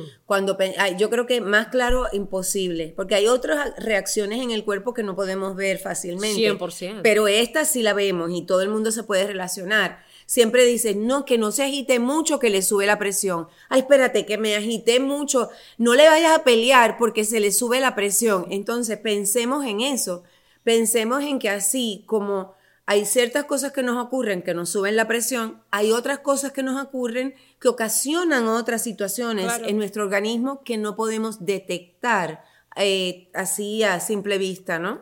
Speaker 2: Yo creo que más claro, imposible, porque hay otras reacciones en el cuerpo que no podemos ver fácilmente.
Speaker 3: 100%.
Speaker 2: Pero esta sí la vemos y todo el mundo se puede relacionar. Siempre dicen, no, que no se agite mucho, que le sube la presión. Ay, espérate, que me agité mucho. No le vayas a pelear porque se le sube la presión. Entonces, pensemos en eso. Pensemos en que así como hay ciertas cosas que nos ocurren que nos suben la presión, hay otras cosas que nos ocurren que ocasionan otras situaciones en nuestro organismo que no podemos detectar así a simple vista, ¿no?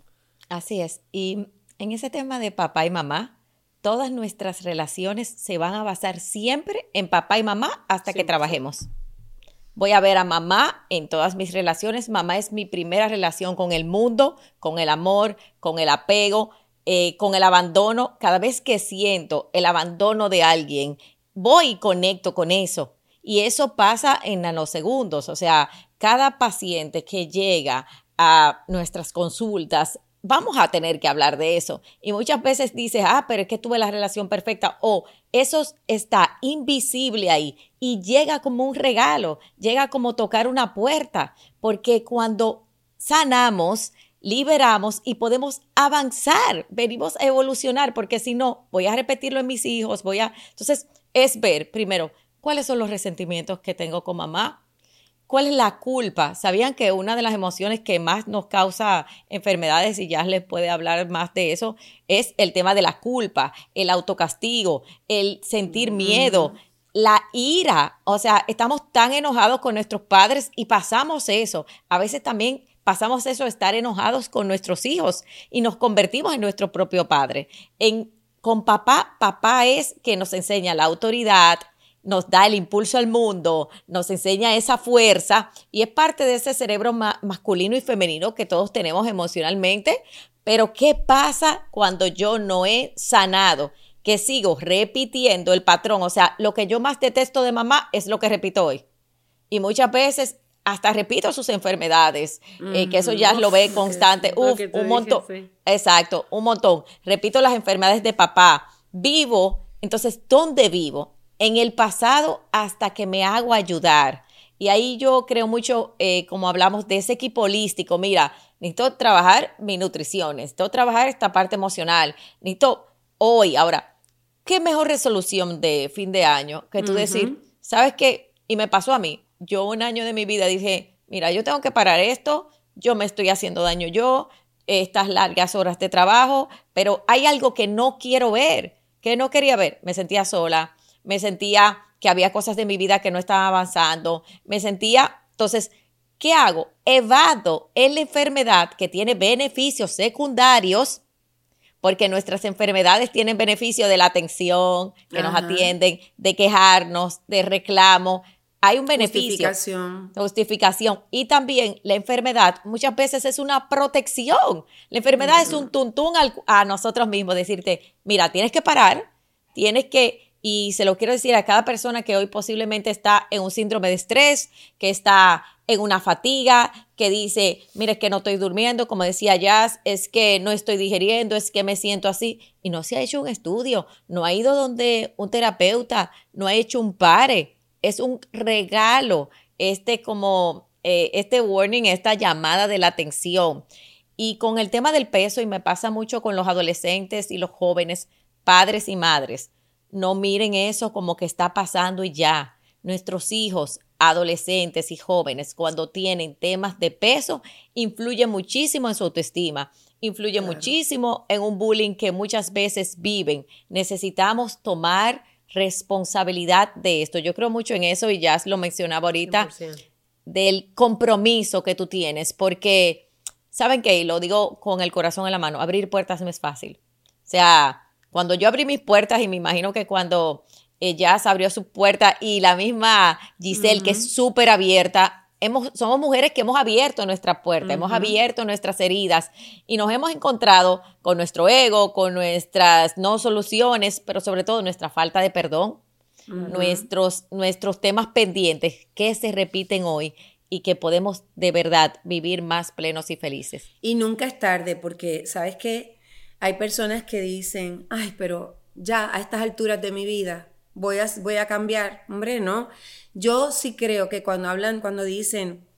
Speaker 4: Así es. Y en ese tema de papá y mamá, todas nuestras relaciones se van a basar siempre en papá y mamá hasta que trabajemos. Voy a ver a mamá en todas mis relaciones. Mamá es mi primera relación con el mundo, con el amor, con el apego, con el abandono. Cada vez que siento el abandono de alguien, voy y conecto con eso. Y eso pasa en nanosegundos. O sea, cada paciente que llega a nuestras consultas, vamos a tener que hablar de eso. Y muchas veces dices, pero es que tuve la relación perfecta. O eso está invisible ahí y llega como un regalo, llega como tocar una puerta. Porque cuando sanamos, liberamos y podemos avanzar, venimos a evolucionar, porque si no, voy a repetirlo en mis hijos, Entonces, es ver primero, ¿cuáles son los resentimientos que tengo con mamá? ¿Cuál es la culpa? ¿Sabían que una de las emociones que más nos causa enfermedades, y ya les puede hablar más de eso, es el tema de la culpa, el autocastigo, el sentir miedo, la ira? O sea, estamos tan enojados con nuestros padres y pasamos eso. A veces también pasamos eso, estar enojados con nuestros hijos y nos convertimos en nuestro propio padre. Con papá es que nos enseña la autoridad, nos da el impulso al mundo, nos enseña esa fuerza y es parte de ese cerebro masculino y femenino que todos tenemos emocionalmente. Pero ¿qué pasa cuando yo no he sanado? Que sigo repitiendo el patrón. O sea, lo que yo más detesto de mamá es lo que repito hoy. Y muchas veces hasta repito sus enfermedades, que eso ya lo ve constante. Un montón. Sí. Exacto, un montón. Repito las enfermedades de papá. Vivo, entonces, ¿dónde vivo? En el pasado hasta que me hago ayudar. Y ahí yo creo mucho, como hablamos de ese equipo holístico. Mira, necesito trabajar mi nutrición, necesito trabajar esta parte emocional. Necesito hoy, ahora, ¿qué mejor resolución de fin de año que tú decir, ¿sabes qué? Y me pasó a mí. Yo un año de mi vida dije, mira, yo tengo que parar esto, yo me estoy haciendo daño yo, estas largas horas de trabajo, pero hay algo que no quiero ver, que no quería ver. Me sentía sola, me sentía que había cosas de mi vida que no estaban avanzando, entonces, ¿qué hago? Evado en la enfermedad que tiene beneficios secundarios, porque nuestras enfermedades tienen beneficio de la atención, que nos atienden, de quejarnos, de reclamo. Hay un beneficio. Justificación. Y también la enfermedad muchas veces es una protección. La enfermedad es un tuntún a nosotros mismos. Decirte, mira, tienes que parar, tienes que Y se lo quiero decir a cada persona que hoy posiblemente está en un síndrome de estrés, que está en una fatiga, que dice, mire, es que no estoy durmiendo, como decía Jazz, es que no estoy digeriendo, es que me siento así. Y no se ha hecho un estudio, no ha ido donde un terapeuta, no ha hecho un pare. Es un regalo, este warning, esta llamada de la atención. Y con el tema del peso, y me pasa mucho con los adolescentes y los jóvenes, padres y madres, no miren eso como que está pasando y ya. Nuestros hijos, adolescentes y jóvenes, cuando tienen temas de peso, influye muchísimo en su autoestima, influye muchísimo en un bullying que muchas veces viven. Necesitamos tomar responsabilidad de esto. Yo creo mucho en eso y ya lo mencionaba ahorita,
Speaker 3: 100%.
Speaker 4: Del compromiso que tú tienes, porque, ¿saben qué? Y lo digo con el corazón en la mano, abrir puertas no es fácil. O sea, cuando yo abrí mis puertas, y me imagino que cuando Jazz abrió su puerta y la misma Giselle, que es súper abierta, somos mujeres que hemos abierto nuestra puerta, hemos abierto nuestras heridas y nos hemos encontrado con nuestro ego, con nuestras no soluciones, pero sobre todo nuestra falta de perdón, nuestros temas pendientes que se repiten hoy y que podemos de verdad vivir más plenos y felices.
Speaker 2: Y nunca es tarde, porque, ¿sabes qué? Hay personas que dicen, ay, pero ya a estas alturas de mi vida voy a cambiar. Hombre, no. Yo sí creo que cuando dicen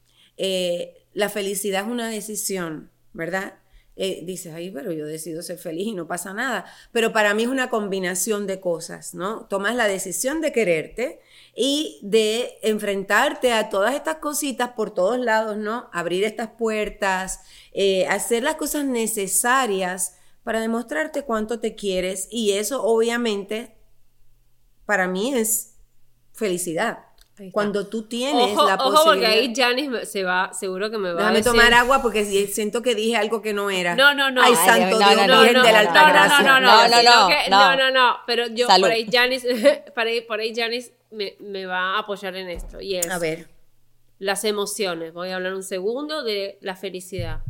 Speaker 2: la felicidad es una decisión, ¿verdad? Dices, ay, pero yo decido ser feliz y no pasa nada. Pero para mí es una combinación de cosas, ¿no? Tomas la decisión de quererte y de enfrentarte a todas estas cositas por todos lados, ¿no? Abrir estas puertas, hacer las cosas necesarias para demostrarte cuánto te quieres, y eso obviamente para mí es felicidad. Cuando tú tienes la posibilidad.
Speaker 3: Ojo, porque ahí Janice seguro que me va a decir.
Speaker 2: Déjame tomar agua porque siento que dije algo que no era.
Speaker 3: No.
Speaker 2: Ay, santo Dios, Virgen de la Altagracia.
Speaker 3: No. Pero yo,
Speaker 4: Salud.
Speaker 3: por ahí Janice me va a apoyar en esto. Y es,
Speaker 2: A ver.
Speaker 3: las emociones. Voy a hablar un segundo de la felicidad.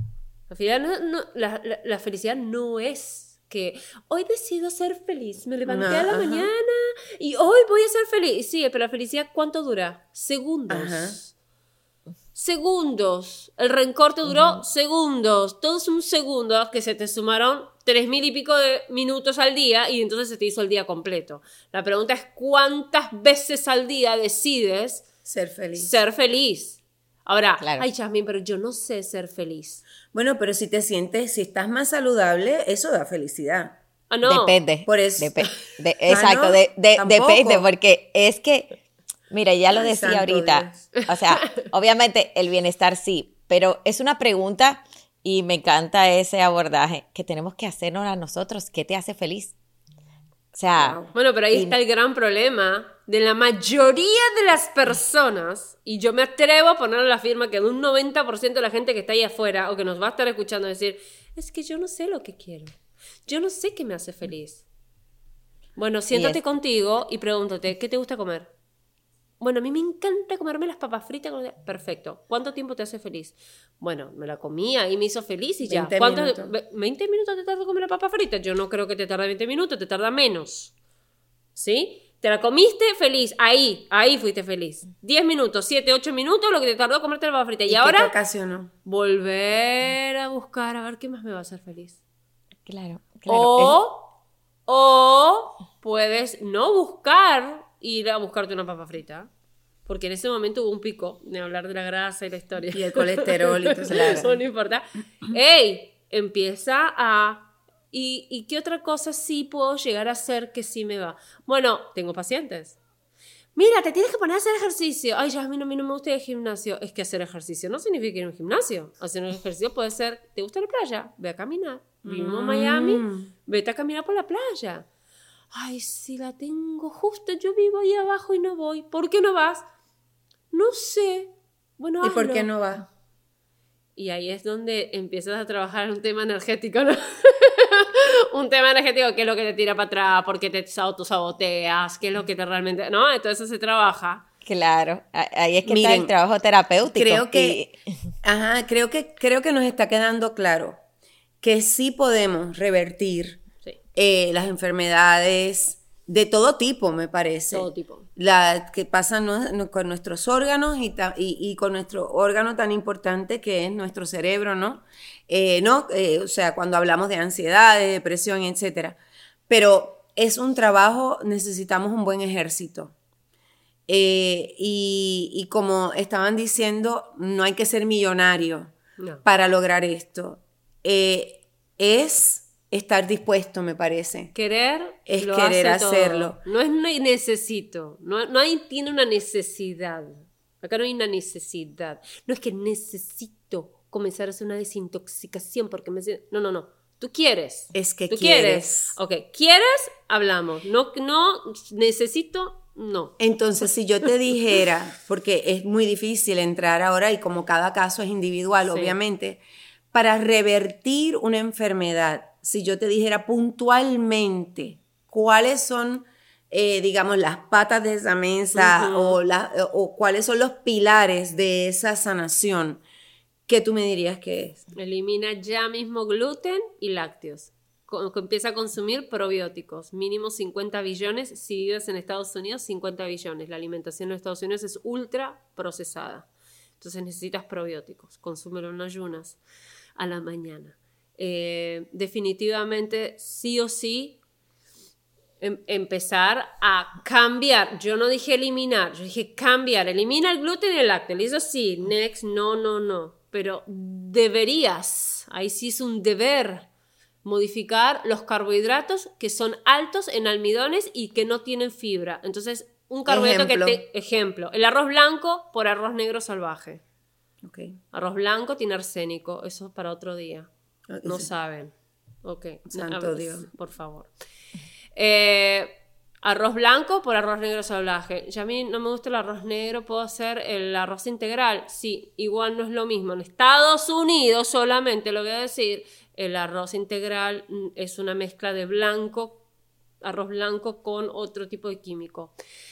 Speaker 3: La felicidad no es que hoy decido ser feliz, me levanté a la mañana y hoy voy a ser feliz. Sí, pero la felicidad, ¿cuánto dura? Segundos. Segundos. El rencor te duró segundos. Todo es un segundo que se te sumaron 3,000 y pico de minutos al día y entonces se te hizo el día completo. La pregunta es, ¿cuántas veces al día decides
Speaker 2: Ser feliz.
Speaker 3: ser feliz? Ahora,
Speaker 4: Claro.
Speaker 3: ay, Jasmine, pero yo no sé ser feliz.
Speaker 2: Bueno, pero si estás más saludable, eso da felicidad.
Speaker 3: Ah, no.
Speaker 4: Depende.
Speaker 2: Por eso.
Speaker 4: Exacto,
Speaker 2: no,
Speaker 4: depende, porque es que, mira, ya lo
Speaker 2: Ay,
Speaker 4: decía
Speaker 2: santo
Speaker 4: ahorita,
Speaker 2: Dios.
Speaker 4: o sea, obviamente el bienestar sí, pero es una pregunta y me encanta ese abordaje que tenemos que hacernos a nosotros. ¿Qué te hace feliz? O sea,
Speaker 2: Wow.
Speaker 3: Bueno, pero ahí está el gran problema de la mayoría de las personas, y yo me atrevo a poner la firma que de un 90% de la gente que está ahí afuera o que nos va a estar escuchando decir, es que yo no sé lo que quiero, yo no sé qué me hace feliz. Bueno, siéntate contigo y pregúntate, ¿qué te gusta comer? Bueno, a mí me encanta comerme las papas fritas. Perfecto. ¿Cuánto tiempo te hace feliz? Bueno, me la comía y me hizo feliz y ya.
Speaker 2: 20 minutos.
Speaker 3: ¿20 minutos te tarda comer la papa frita? Yo no creo que te tarde 20 minutos, te tarda menos. ¿Sí? Te la comiste feliz. Ahí fuiste feliz. 10 minutos, 7, 8 minutos, lo que te tardó comerte la papa frita. Y
Speaker 2: ¿Qué te
Speaker 3: ahora,
Speaker 2: ocasionó?
Speaker 3: volver a buscar a ver qué más me va a hacer feliz.
Speaker 4: claro.
Speaker 3: O puedes no buscar ir a buscarte una papa frita, porque en ese momento hubo un pico de hablar de la grasa y la historia.
Speaker 2: Y el colesterol y todo eso.
Speaker 3: Eso no importa. ¡Ey! Empieza a... ¿Y qué otra cosa sí puedo llegar a hacer que sí me va? Bueno, tengo pacientes. Mira, te tienes que poner a hacer ejercicio. Ay, ya a mí no me gusta ir al gimnasio. Es que hacer ejercicio no significa ir a un gimnasio. Hacer un ejercicio puede ser, ¿te gusta la playa? Ve a caminar. Vivimos en Miami, vete a caminar por la playa. Ay, si la tengo justo, yo vivo ahí abajo y no voy. ¿Por qué no vas? No sé. Bueno,
Speaker 2: ¿Y por
Speaker 3: hazlo.
Speaker 2: qué no va?
Speaker 3: Y ahí es donde empiezas a trabajar en un tema energético, ¿no? Un tema energético, ¿qué es lo que te tira para atrás? ¿Por qué te autosaboteas? ¿Qué es lo que te realmente...? ¿No? Entonces eso se trabaja.
Speaker 4: Claro, ahí es que
Speaker 2: Miren,
Speaker 4: está el trabajo terapéutico.
Speaker 2: Creo que nos está quedando claro que sí podemos revertir
Speaker 3: Sí.
Speaker 2: las enfermedades, de todo tipo, me parece.
Speaker 3: Todo tipo.
Speaker 2: Que pasan con nuestros órganos y con nuestro órgano tan importante que es nuestro cerebro, ¿no? O sea, cuando hablamos de ansiedad, de depresión, etcétera. Pero es un trabajo, necesitamos un buen ejército. Y como estaban diciendo, no hay que ser millonario para lograr esto. Es estar dispuesto, me parece.
Speaker 3: Querer
Speaker 2: es
Speaker 3: lo
Speaker 2: querer
Speaker 3: hace
Speaker 2: hacerlo.
Speaker 3: Todo. No es necesito. No hay, tiene una necesidad. Acá no hay una necesidad. No es que necesito comenzar a hacer una desintoxicación porque no. Tú quieres.
Speaker 2: Es que
Speaker 3: ¿Tú
Speaker 2: quieres.
Speaker 3: Ok, ¿quieres? Hablamos. No, necesito, no.
Speaker 2: Entonces, si yo te dijera, porque es muy difícil entrar ahora y como cada caso es individual,
Speaker 3: Sí.
Speaker 2: obviamente, para revertir una enfermedad, si yo te dijera puntualmente cuáles son, digamos, las patas de esa mesa o cuáles son los pilares de esa sanación, ¿qué tú me dirías que es?
Speaker 3: Elimina ya mismo gluten y lácteos. Empieza a consumir probióticos, mínimo 50 billones. Si vives en Estados Unidos, 50 billones. La alimentación en Estados Unidos es ultra procesada. Entonces necesitas probióticos. Consúmelo en ayunas a la mañana. Definitivamente, sí o sí, empezar a cambiar. Yo no dije eliminar, yo dije cambiar. Elimina el gluten y el lácteo. Eso sí, next, no. Pero deberías, ahí sí es un deber, modificar los carbohidratos que son altos en almidones y que no tienen fibra. Entonces, un carbohidrato ejemplo, el arroz blanco por arroz negro salvaje.
Speaker 2: Okay.
Speaker 3: Arroz blanco tiene arsénico, eso es para otro día.
Speaker 2: Okay,
Speaker 3: no
Speaker 2: sí.
Speaker 3: saben. Ok.
Speaker 2: Santo Dios.
Speaker 3: Por favor. Arroz blanco por arroz negro salvaje. Ya a mí no me gusta el arroz negro, puedo hacer el arroz integral. Sí, igual no es lo mismo. En Estados Unidos solamente, lo voy a decir, el arroz integral es una mezcla de arroz blanco con otro tipo de químico.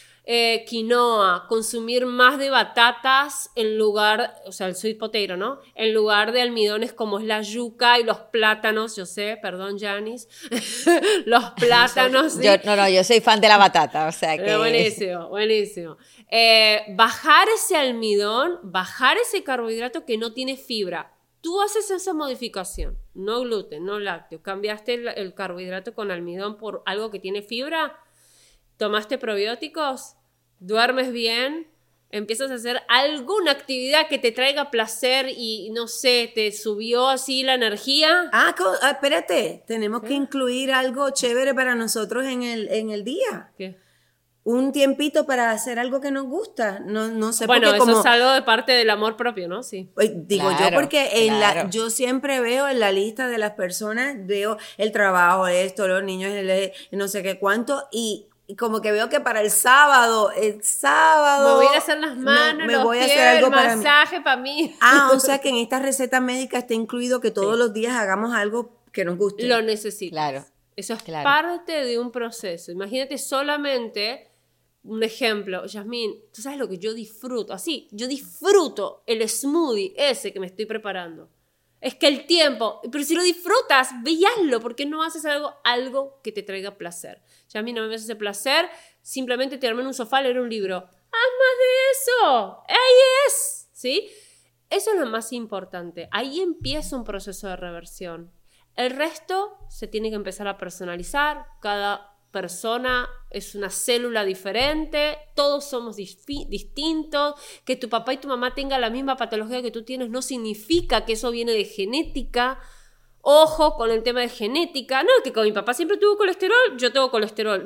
Speaker 3: Quinoa, consumir más de batatas en lugar, o sea, el sweet potato, ¿no? En lugar de almidones como es la yuca y los plátanos, yo sé, perdón, Janice, los plátanos. ¿sí?
Speaker 4: Yo soy fan de la batata, o sea que...
Speaker 3: Buenísimo. Bajar ese almidón, bajar ese carbohidrato que no tiene fibra. Tú haces esa modificación, no gluten, no lácteo, cambiaste el carbohidrato con almidón por algo que tiene fibra, tomaste probióticos, duermes bien, empiezas a hacer alguna actividad que te traiga placer y, no sé, te subió así la energía.
Speaker 2: Espérate, tenemos que incluir algo chévere para nosotros en el día.
Speaker 3: ¿Qué?
Speaker 2: Un tiempito para hacer algo que nos gusta. No sé
Speaker 3: bueno,
Speaker 2: porque
Speaker 3: eso es algo de parte del amor propio, ¿no? Sí.
Speaker 2: Digo
Speaker 4: claro,
Speaker 2: yo porque
Speaker 4: claro.
Speaker 2: yo siempre veo en la lista de las personas, veo el trabajo, esto, los niños, no sé qué cuánto, y como que veo que para el sábado
Speaker 3: me voy a ir a hacer las manos,
Speaker 2: me
Speaker 3: los
Speaker 2: voy a
Speaker 3: pies,
Speaker 2: hacer algo
Speaker 3: el masaje para mí.
Speaker 2: O sea que en esta receta médica está incluido que todos los días hagamos algo que nos guste.
Speaker 3: Lo necesitas.
Speaker 4: Claro.
Speaker 3: Eso es parte de un proceso. Imagínate solamente un ejemplo. Yasmín, tú sabes lo que yo disfruto. Así, yo disfruto el smoothie ese que me estoy preparando. Es que el tiempo, pero si lo disfrutas, véaslo, ¿por qué no haces algo que te traiga placer? Ya a mí no me hace placer simplemente tirarme en un sofá a leer un libro. ¡Haz más de eso! ¡Ahí es! ¿Sí? Eso es lo más importante. Ahí empieza un proceso de reversión. El resto se tiene que empezar a personalizar. Cada persona es una célula diferente, todos somos distintos. Que tu papá y tu mamá tengan la misma patología que tú tienes no significa que eso viene de genética. Ojo con el tema de genética. No, que con mi papá siempre tuvo colesterol, yo tengo colesterol.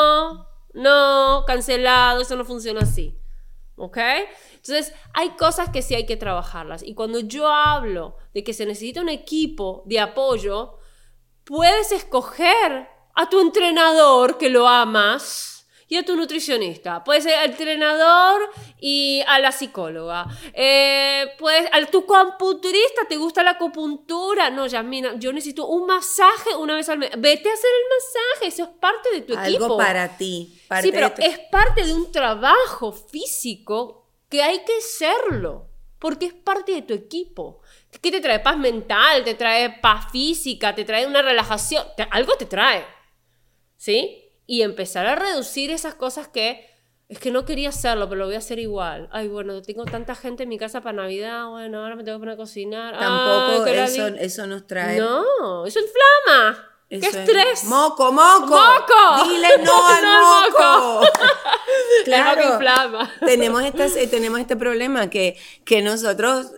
Speaker 3: No, cancelado, eso no funciona así. ¿Ok? Entonces, hay cosas que sí hay que trabajarlas. Y cuando yo hablo de que se necesita un equipo de apoyo, puedes escoger a tu entrenador que lo amas y a tu nutricionista. Puede ser al entrenador y a la psicóloga. A tu computurista, ¿te gusta la acupuntura? No, Yasmina, yo necesito un masaje una vez al mes. Vete a hacer el masaje, eso es parte de tu equipo.
Speaker 2: Algo para ti.
Speaker 3: Sí, pero es parte de un trabajo físico que hay que hacerlo, porque es parte de tu equipo. ¿Qué te trae? Paz mental, te trae paz física, te trae una relajación, algo te trae. ¿Sí? y empezar a reducir esas cosas que es que no quería hacerlo, pero lo voy a hacer igual. Ay, bueno, tengo tanta gente en mi casa para Navidad, bueno, ahora me tengo que poner a cocinar.
Speaker 2: Tampoco
Speaker 3: Ay,
Speaker 2: eso nos trae...
Speaker 3: No, eso inflama. ¡Qué estrés!
Speaker 2: ¡Moco!
Speaker 3: ¡Moco!
Speaker 2: ¡Dile no al moco! Claro,
Speaker 3: Es lo que inflama.
Speaker 2: tenemos este problema que nosotros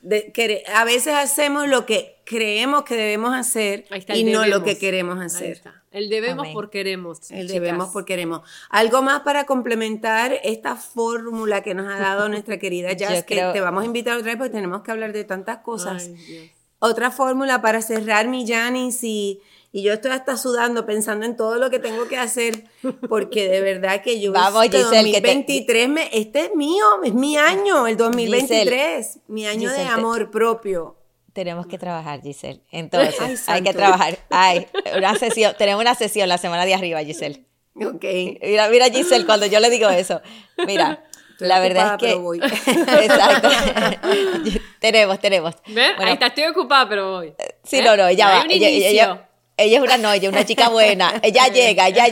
Speaker 2: a veces hacemos lo que creemos que debemos hacer y no lo que queremos hacer.
Speaker 3: Ahí está. El debemos
Speaker 4: Amén.
Speaker 3: por queremos.
Speaker 2: El
Speaker 3: chicas.
Speaker 2: debemos por queremos. Algo más para complementar esta fórmula que nos ha dado nuestra querida Jazz, que te vamos a invitar otra vez porque tenemos que hablar de tantas cosas.
Speaker 3: Ay, Dios.
Speaker 2: Otra fórmula para cerrar mi Yanis y yo estoy hasta sudando pensando en todo lo que tengo que hacer, porque de verdad que yo...
Speaker 4: Vamos,
Speaker 2: este
Speaker 4: Giselle,
Speaker 2: 2023, este es mío, es mi año, el 2023,
Speaker 4: Giselle,
Speaker 2: mi año de
Speaker 4: Giselle,
Speaker 2: amor propio.
Speaker 4: Tenemos que trabajar, Giselle. Entonces,
Speaker 2: Ay,
Speaker 4: hay que
Speaker 2: santo.
Speaker 4: trabajar. Tenemos una sesión la semana de arriba, Giselle.
Speaker 2: Ok.
Speaker 4: Mira, Giselle, cuando yo le digo eso, mira,
Speaker 2: Estoy
Speaker 4: la verdad
Speaker 2: ocupada,
Speaker 4: es que...
Speaker 2: pero voy.
Speaker 4: Exacto. tenemos.
Speaker 3: ¿Ves?
Speaker 4: Bueno,
Speaker 3: Ahí está, estoy ocupada, pero voy.
Speaker 4: sí, no, ella
Speaker 3: Hay
Speaker 4: va.
Speaker 3: un
Speaker 4: Ella es una chica buena. Ella llega.
Speaker 2: Yo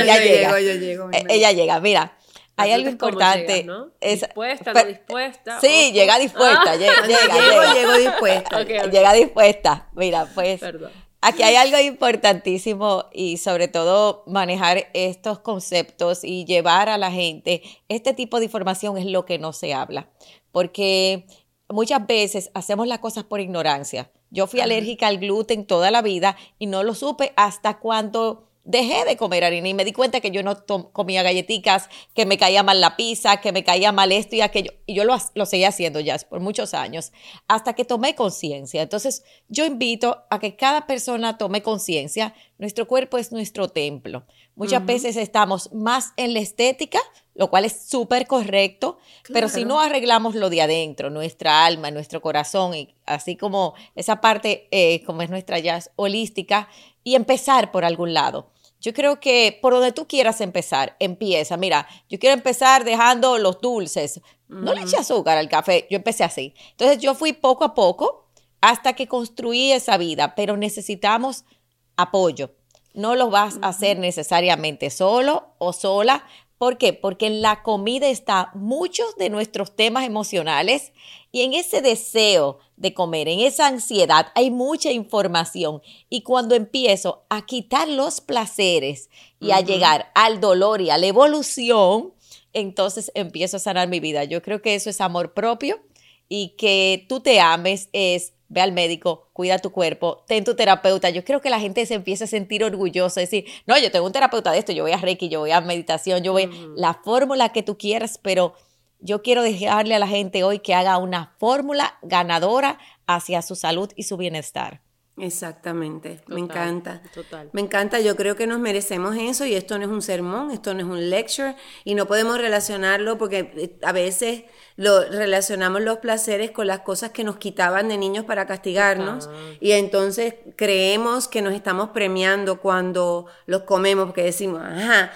Speaker 2: llego.
Speaker 4: Ella llega, mira. Hay algo
Speaker 3: ¿Cómo
Speaker 4: importante.
Speaker 3: llegas, no?
Speaker 4: es-
Speaker 3: ¿Dispuesta,
Speaker 4: pero-
Speaker 3: no dispuesta?
Speaker 4: Sí,
Speaker 3: Ojo.
Speaker 4: llega dispuesta.
Speaker 2: Llego dispuesta.
Speaker 3: Ok.
Speaker 4: Llega dispuesta. Mira, pues
Speaker 3: Perdón.
Speaker 4: aquí hay algo importantísimo y sobre todo manejar estos conceptos y llevar a la gente este tipo de información es lo que no se habla, porque muchas veces hacemos las cosas por ignorancia. Yo fui alérgica al gluten toda la vida y no lo supe hasta cuando dejé de comer harina y me di cuenta que yo no comía galletitas, que me caía mal la pizza, que me caía mal esto y aquello. Y yo lo seguía haciendo ya por muchos años, hasta que tomé conciencia. Entonces, yo invito a que cada persona tome conciencia. Nuestro cuerpo es nuestro templo. Muchas veces estamos más en la estética, lo cual es súper correcto, pero si no arreglamos lo de adentro, nuestra alma, nuestro corazón, y así como esa parte, como es nuestra Jazz holística, y empezar por algún lado. Yo creo que por donde tú quieras empezar, empieza. Mira, yo quiero empezar dejando los dulces. No le eché azúcar al café, yo empecé así. Entonces yo fui poco a poco hasta que construí esa vida, pero necesitamos apoyo. No lo vas a hacer necesariamente solo o sola. ¿Por qué? Porque en la comida está muchos de nuestros temas emocionales y en ese deseo de comer, en esa ansiedad, hay mucha información. Y cuando empiezo a quitar los placeres y a llegar al dolor y a la evolución, entonces empiezo a sanar mi vida. Yo creo que eso es amor propio y que tú te ames es... Ve al médico, cuida tu cuerpo, ten tu terapeuta. Yo creo que la gente se empieza a sentir orgullosa, decir, no, yo tengo un terapeuta de esto, yo voy a Reiki, yo voy a meditación, yo voy la fórmula que tú quieras, pero yo quiero dejarle a la gente hoy que haga una fórmula ganadora hacia su salud y su bienestar.
Speaker 2: Exactamente,
Speaker 3: Total,
Speaker 2: me encanta.
Speaker 3: total.
Speaker 2: Me encanta, yo creo que nos merecemos eso y esto no es un sermón, esto no es un lecture y no podemos relacionarlo porque a veces lo relacionamos los placeres con las cosas que nos quitaban de niños para castigarnos y entonces creemos que nos estamos premiando cuando los comemos porque decimos, ajá,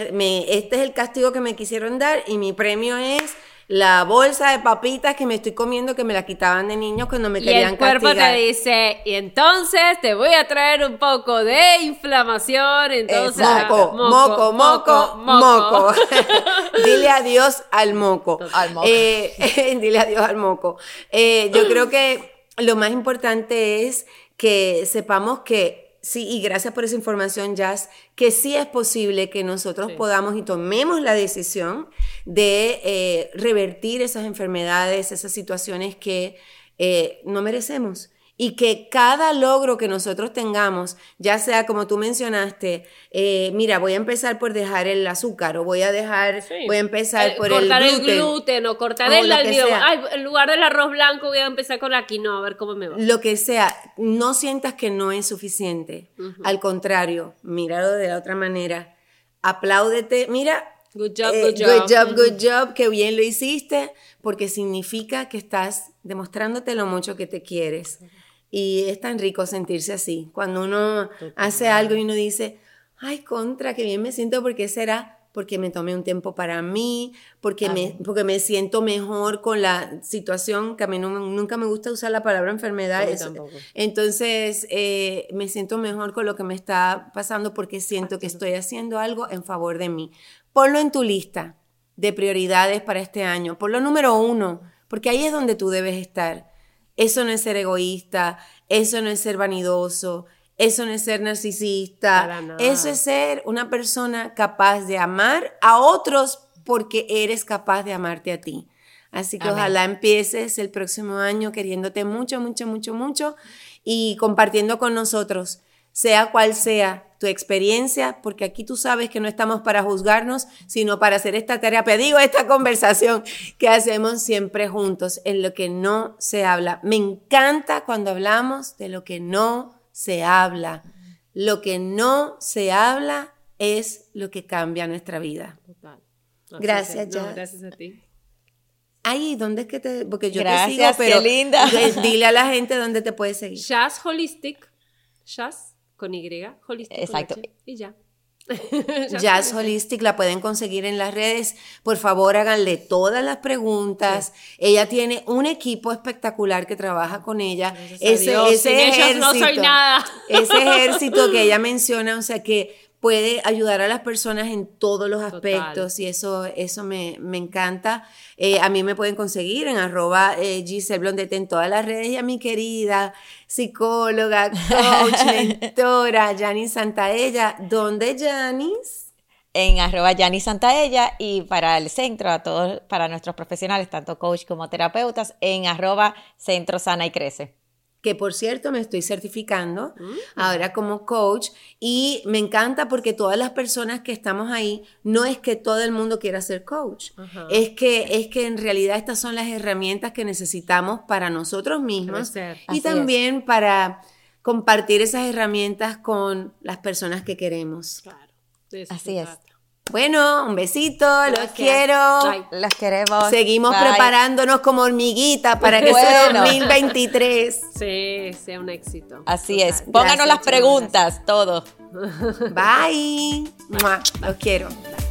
Speaker 2: este es el castigo que me quisieron dar y mi premio es la bolsa de papitas que me estoy comiendo que me la quitaban de niños cuando me querían castigar.
Speaker 3: Y el cuerpo te dice, y entonces te voy a traer un poco de inflamación, entonces...
Speaker 2: Moco. Dile adiós al moco.
Speaker 4: Al moco.
Speaker 2: Dile adiós al moco. Yo creo que lo más importante es que sepamos que sí, y gracias por esa información, Jazz, que sí es posible que nosotros podamos y tomemos la decisión de revertir esas enfermedades, esas situaciones que no merecemos. Y que cada logro que nosotros tengamos, ya sea como tú mencionaste, mira, voy a empezar por dejar el azúcar o voy a empezar por
Speaker 3: cortar
Speaker 2: el
Speaker 3: gluten o cortar
Speaker 2: o
Speaker 3: el
Speaker 2: lo que
Speaker 3: almidón.
Speaker 2: sea.
Speaker 3: Ay, en lugar del arroz blanco voy a empezar con la quinoa, a ver cómo me va.
Speaker 2: Lo que sea, no sientas que no es suficiente. Al contrario, míralo de la otra manera. Apláudete, mira.
Speaker 3: Good job.
Speaker 2: Good job, qué bien lo hiciste, porque significa que estás demostrándote lo mucho que te quieres. Y es tan rico sentirse así. Cuando uno hace algo y uno dice, ay, contra, qué bien me siento, porque será porque me tomé un tiempo para mí, porque me siento mejor con la situación, que a mí nunca me gusta usar la palabra enfermedad. Entonces, me siento mejor con lo que me está pasando porque siento que estoy haciendo algo en favor de mí. Ponlo en tu lista de prioridades para este año. Ponlo número 1, porque ahí es donde tú debes estar. Eso no es ser egoísta, eso no es ser vanidoso, eso no es ser narcisista, eso es ser una persona capaz de amar a otros porque eres capaz de amarte a ti. Así que ojalá empieces el próximo año queriéndote mucho, mucho, mucho, mucho y compartiendo con nosotros, sea cual sea tu experiencia, porque aquí tú sabes que no estamos para juzgarnos, sino para hacer esta terapia, esta conversación que hacemos siempre juntos, en lo que no se habla. Me encanta cuando hablamos de lo que no se habla. Lo que no se habla es lo que cambia nuestra vida.
Speaker 3: Total.
Speaker 2: Gracias, Jazz.
Speaker 3: No, gracias a ti.
Speaker 2: Ay, ¿dónde es que te...? Porque yo
Speaker 4: Gracias,
Speaker 2: te sigo, pero
Speaker 4: qué linda.
Speaker 2: Dile a la gente dónde te puedes seguir.
Speaker 3: Jazz Holistic. Jazz con Y. Holistic.
Speaker 4: Exacto.
Speaker 3: Con H, y ya.
Speaker 2: Jazz Holistic la pueden conseguir en las redes. Por favor, háganle todas las preguntas. Sí. Ella tiene un equipo espectacular que trabaja con ella. Ese ejército,
Speaker 3: no soy nada.
Speaker 2: Ese ejército que ella menciona, o sea, que puede ayudar a las personas en todos los aspectos. Total. Y eso me encanta. A mí me pueden conseguir en @Giselle Blondet en todas las redes, y a mi querida psicóloga, coach, mentora, Yanis Santaella. ¿Dónde, Yanis?
Speaker 4: En @Yanis Santaella, y para el centro, para nuestros profesionales, tanto coach como terapeutas, en @Centro Sana y Crece.
Speaker 2: Que por cierto me estoy certificando ahora como coach, y me encanta porque todas las personas que estamos ahí, no es que todo el mundo quiera ser coach, es que en realidad estas son las herramientas que necesitamos para nosotros mismos y también para compartir esas herramientas con las personas que queremos.
Speaker 3: Claro.
Speaker 4: Así es.
Speaker 2: Bueno, un besito, los quiero.
Speaker 4: Bye. Los queremos.
Speaker 2: Seguimos preparándonos como hormiguita para que ese 2023
Speaker 3: sea un éxito.
Speaker 4: Así es. Pónganos las preguntas, todo.
Speaker 2: Bye. Los quiero.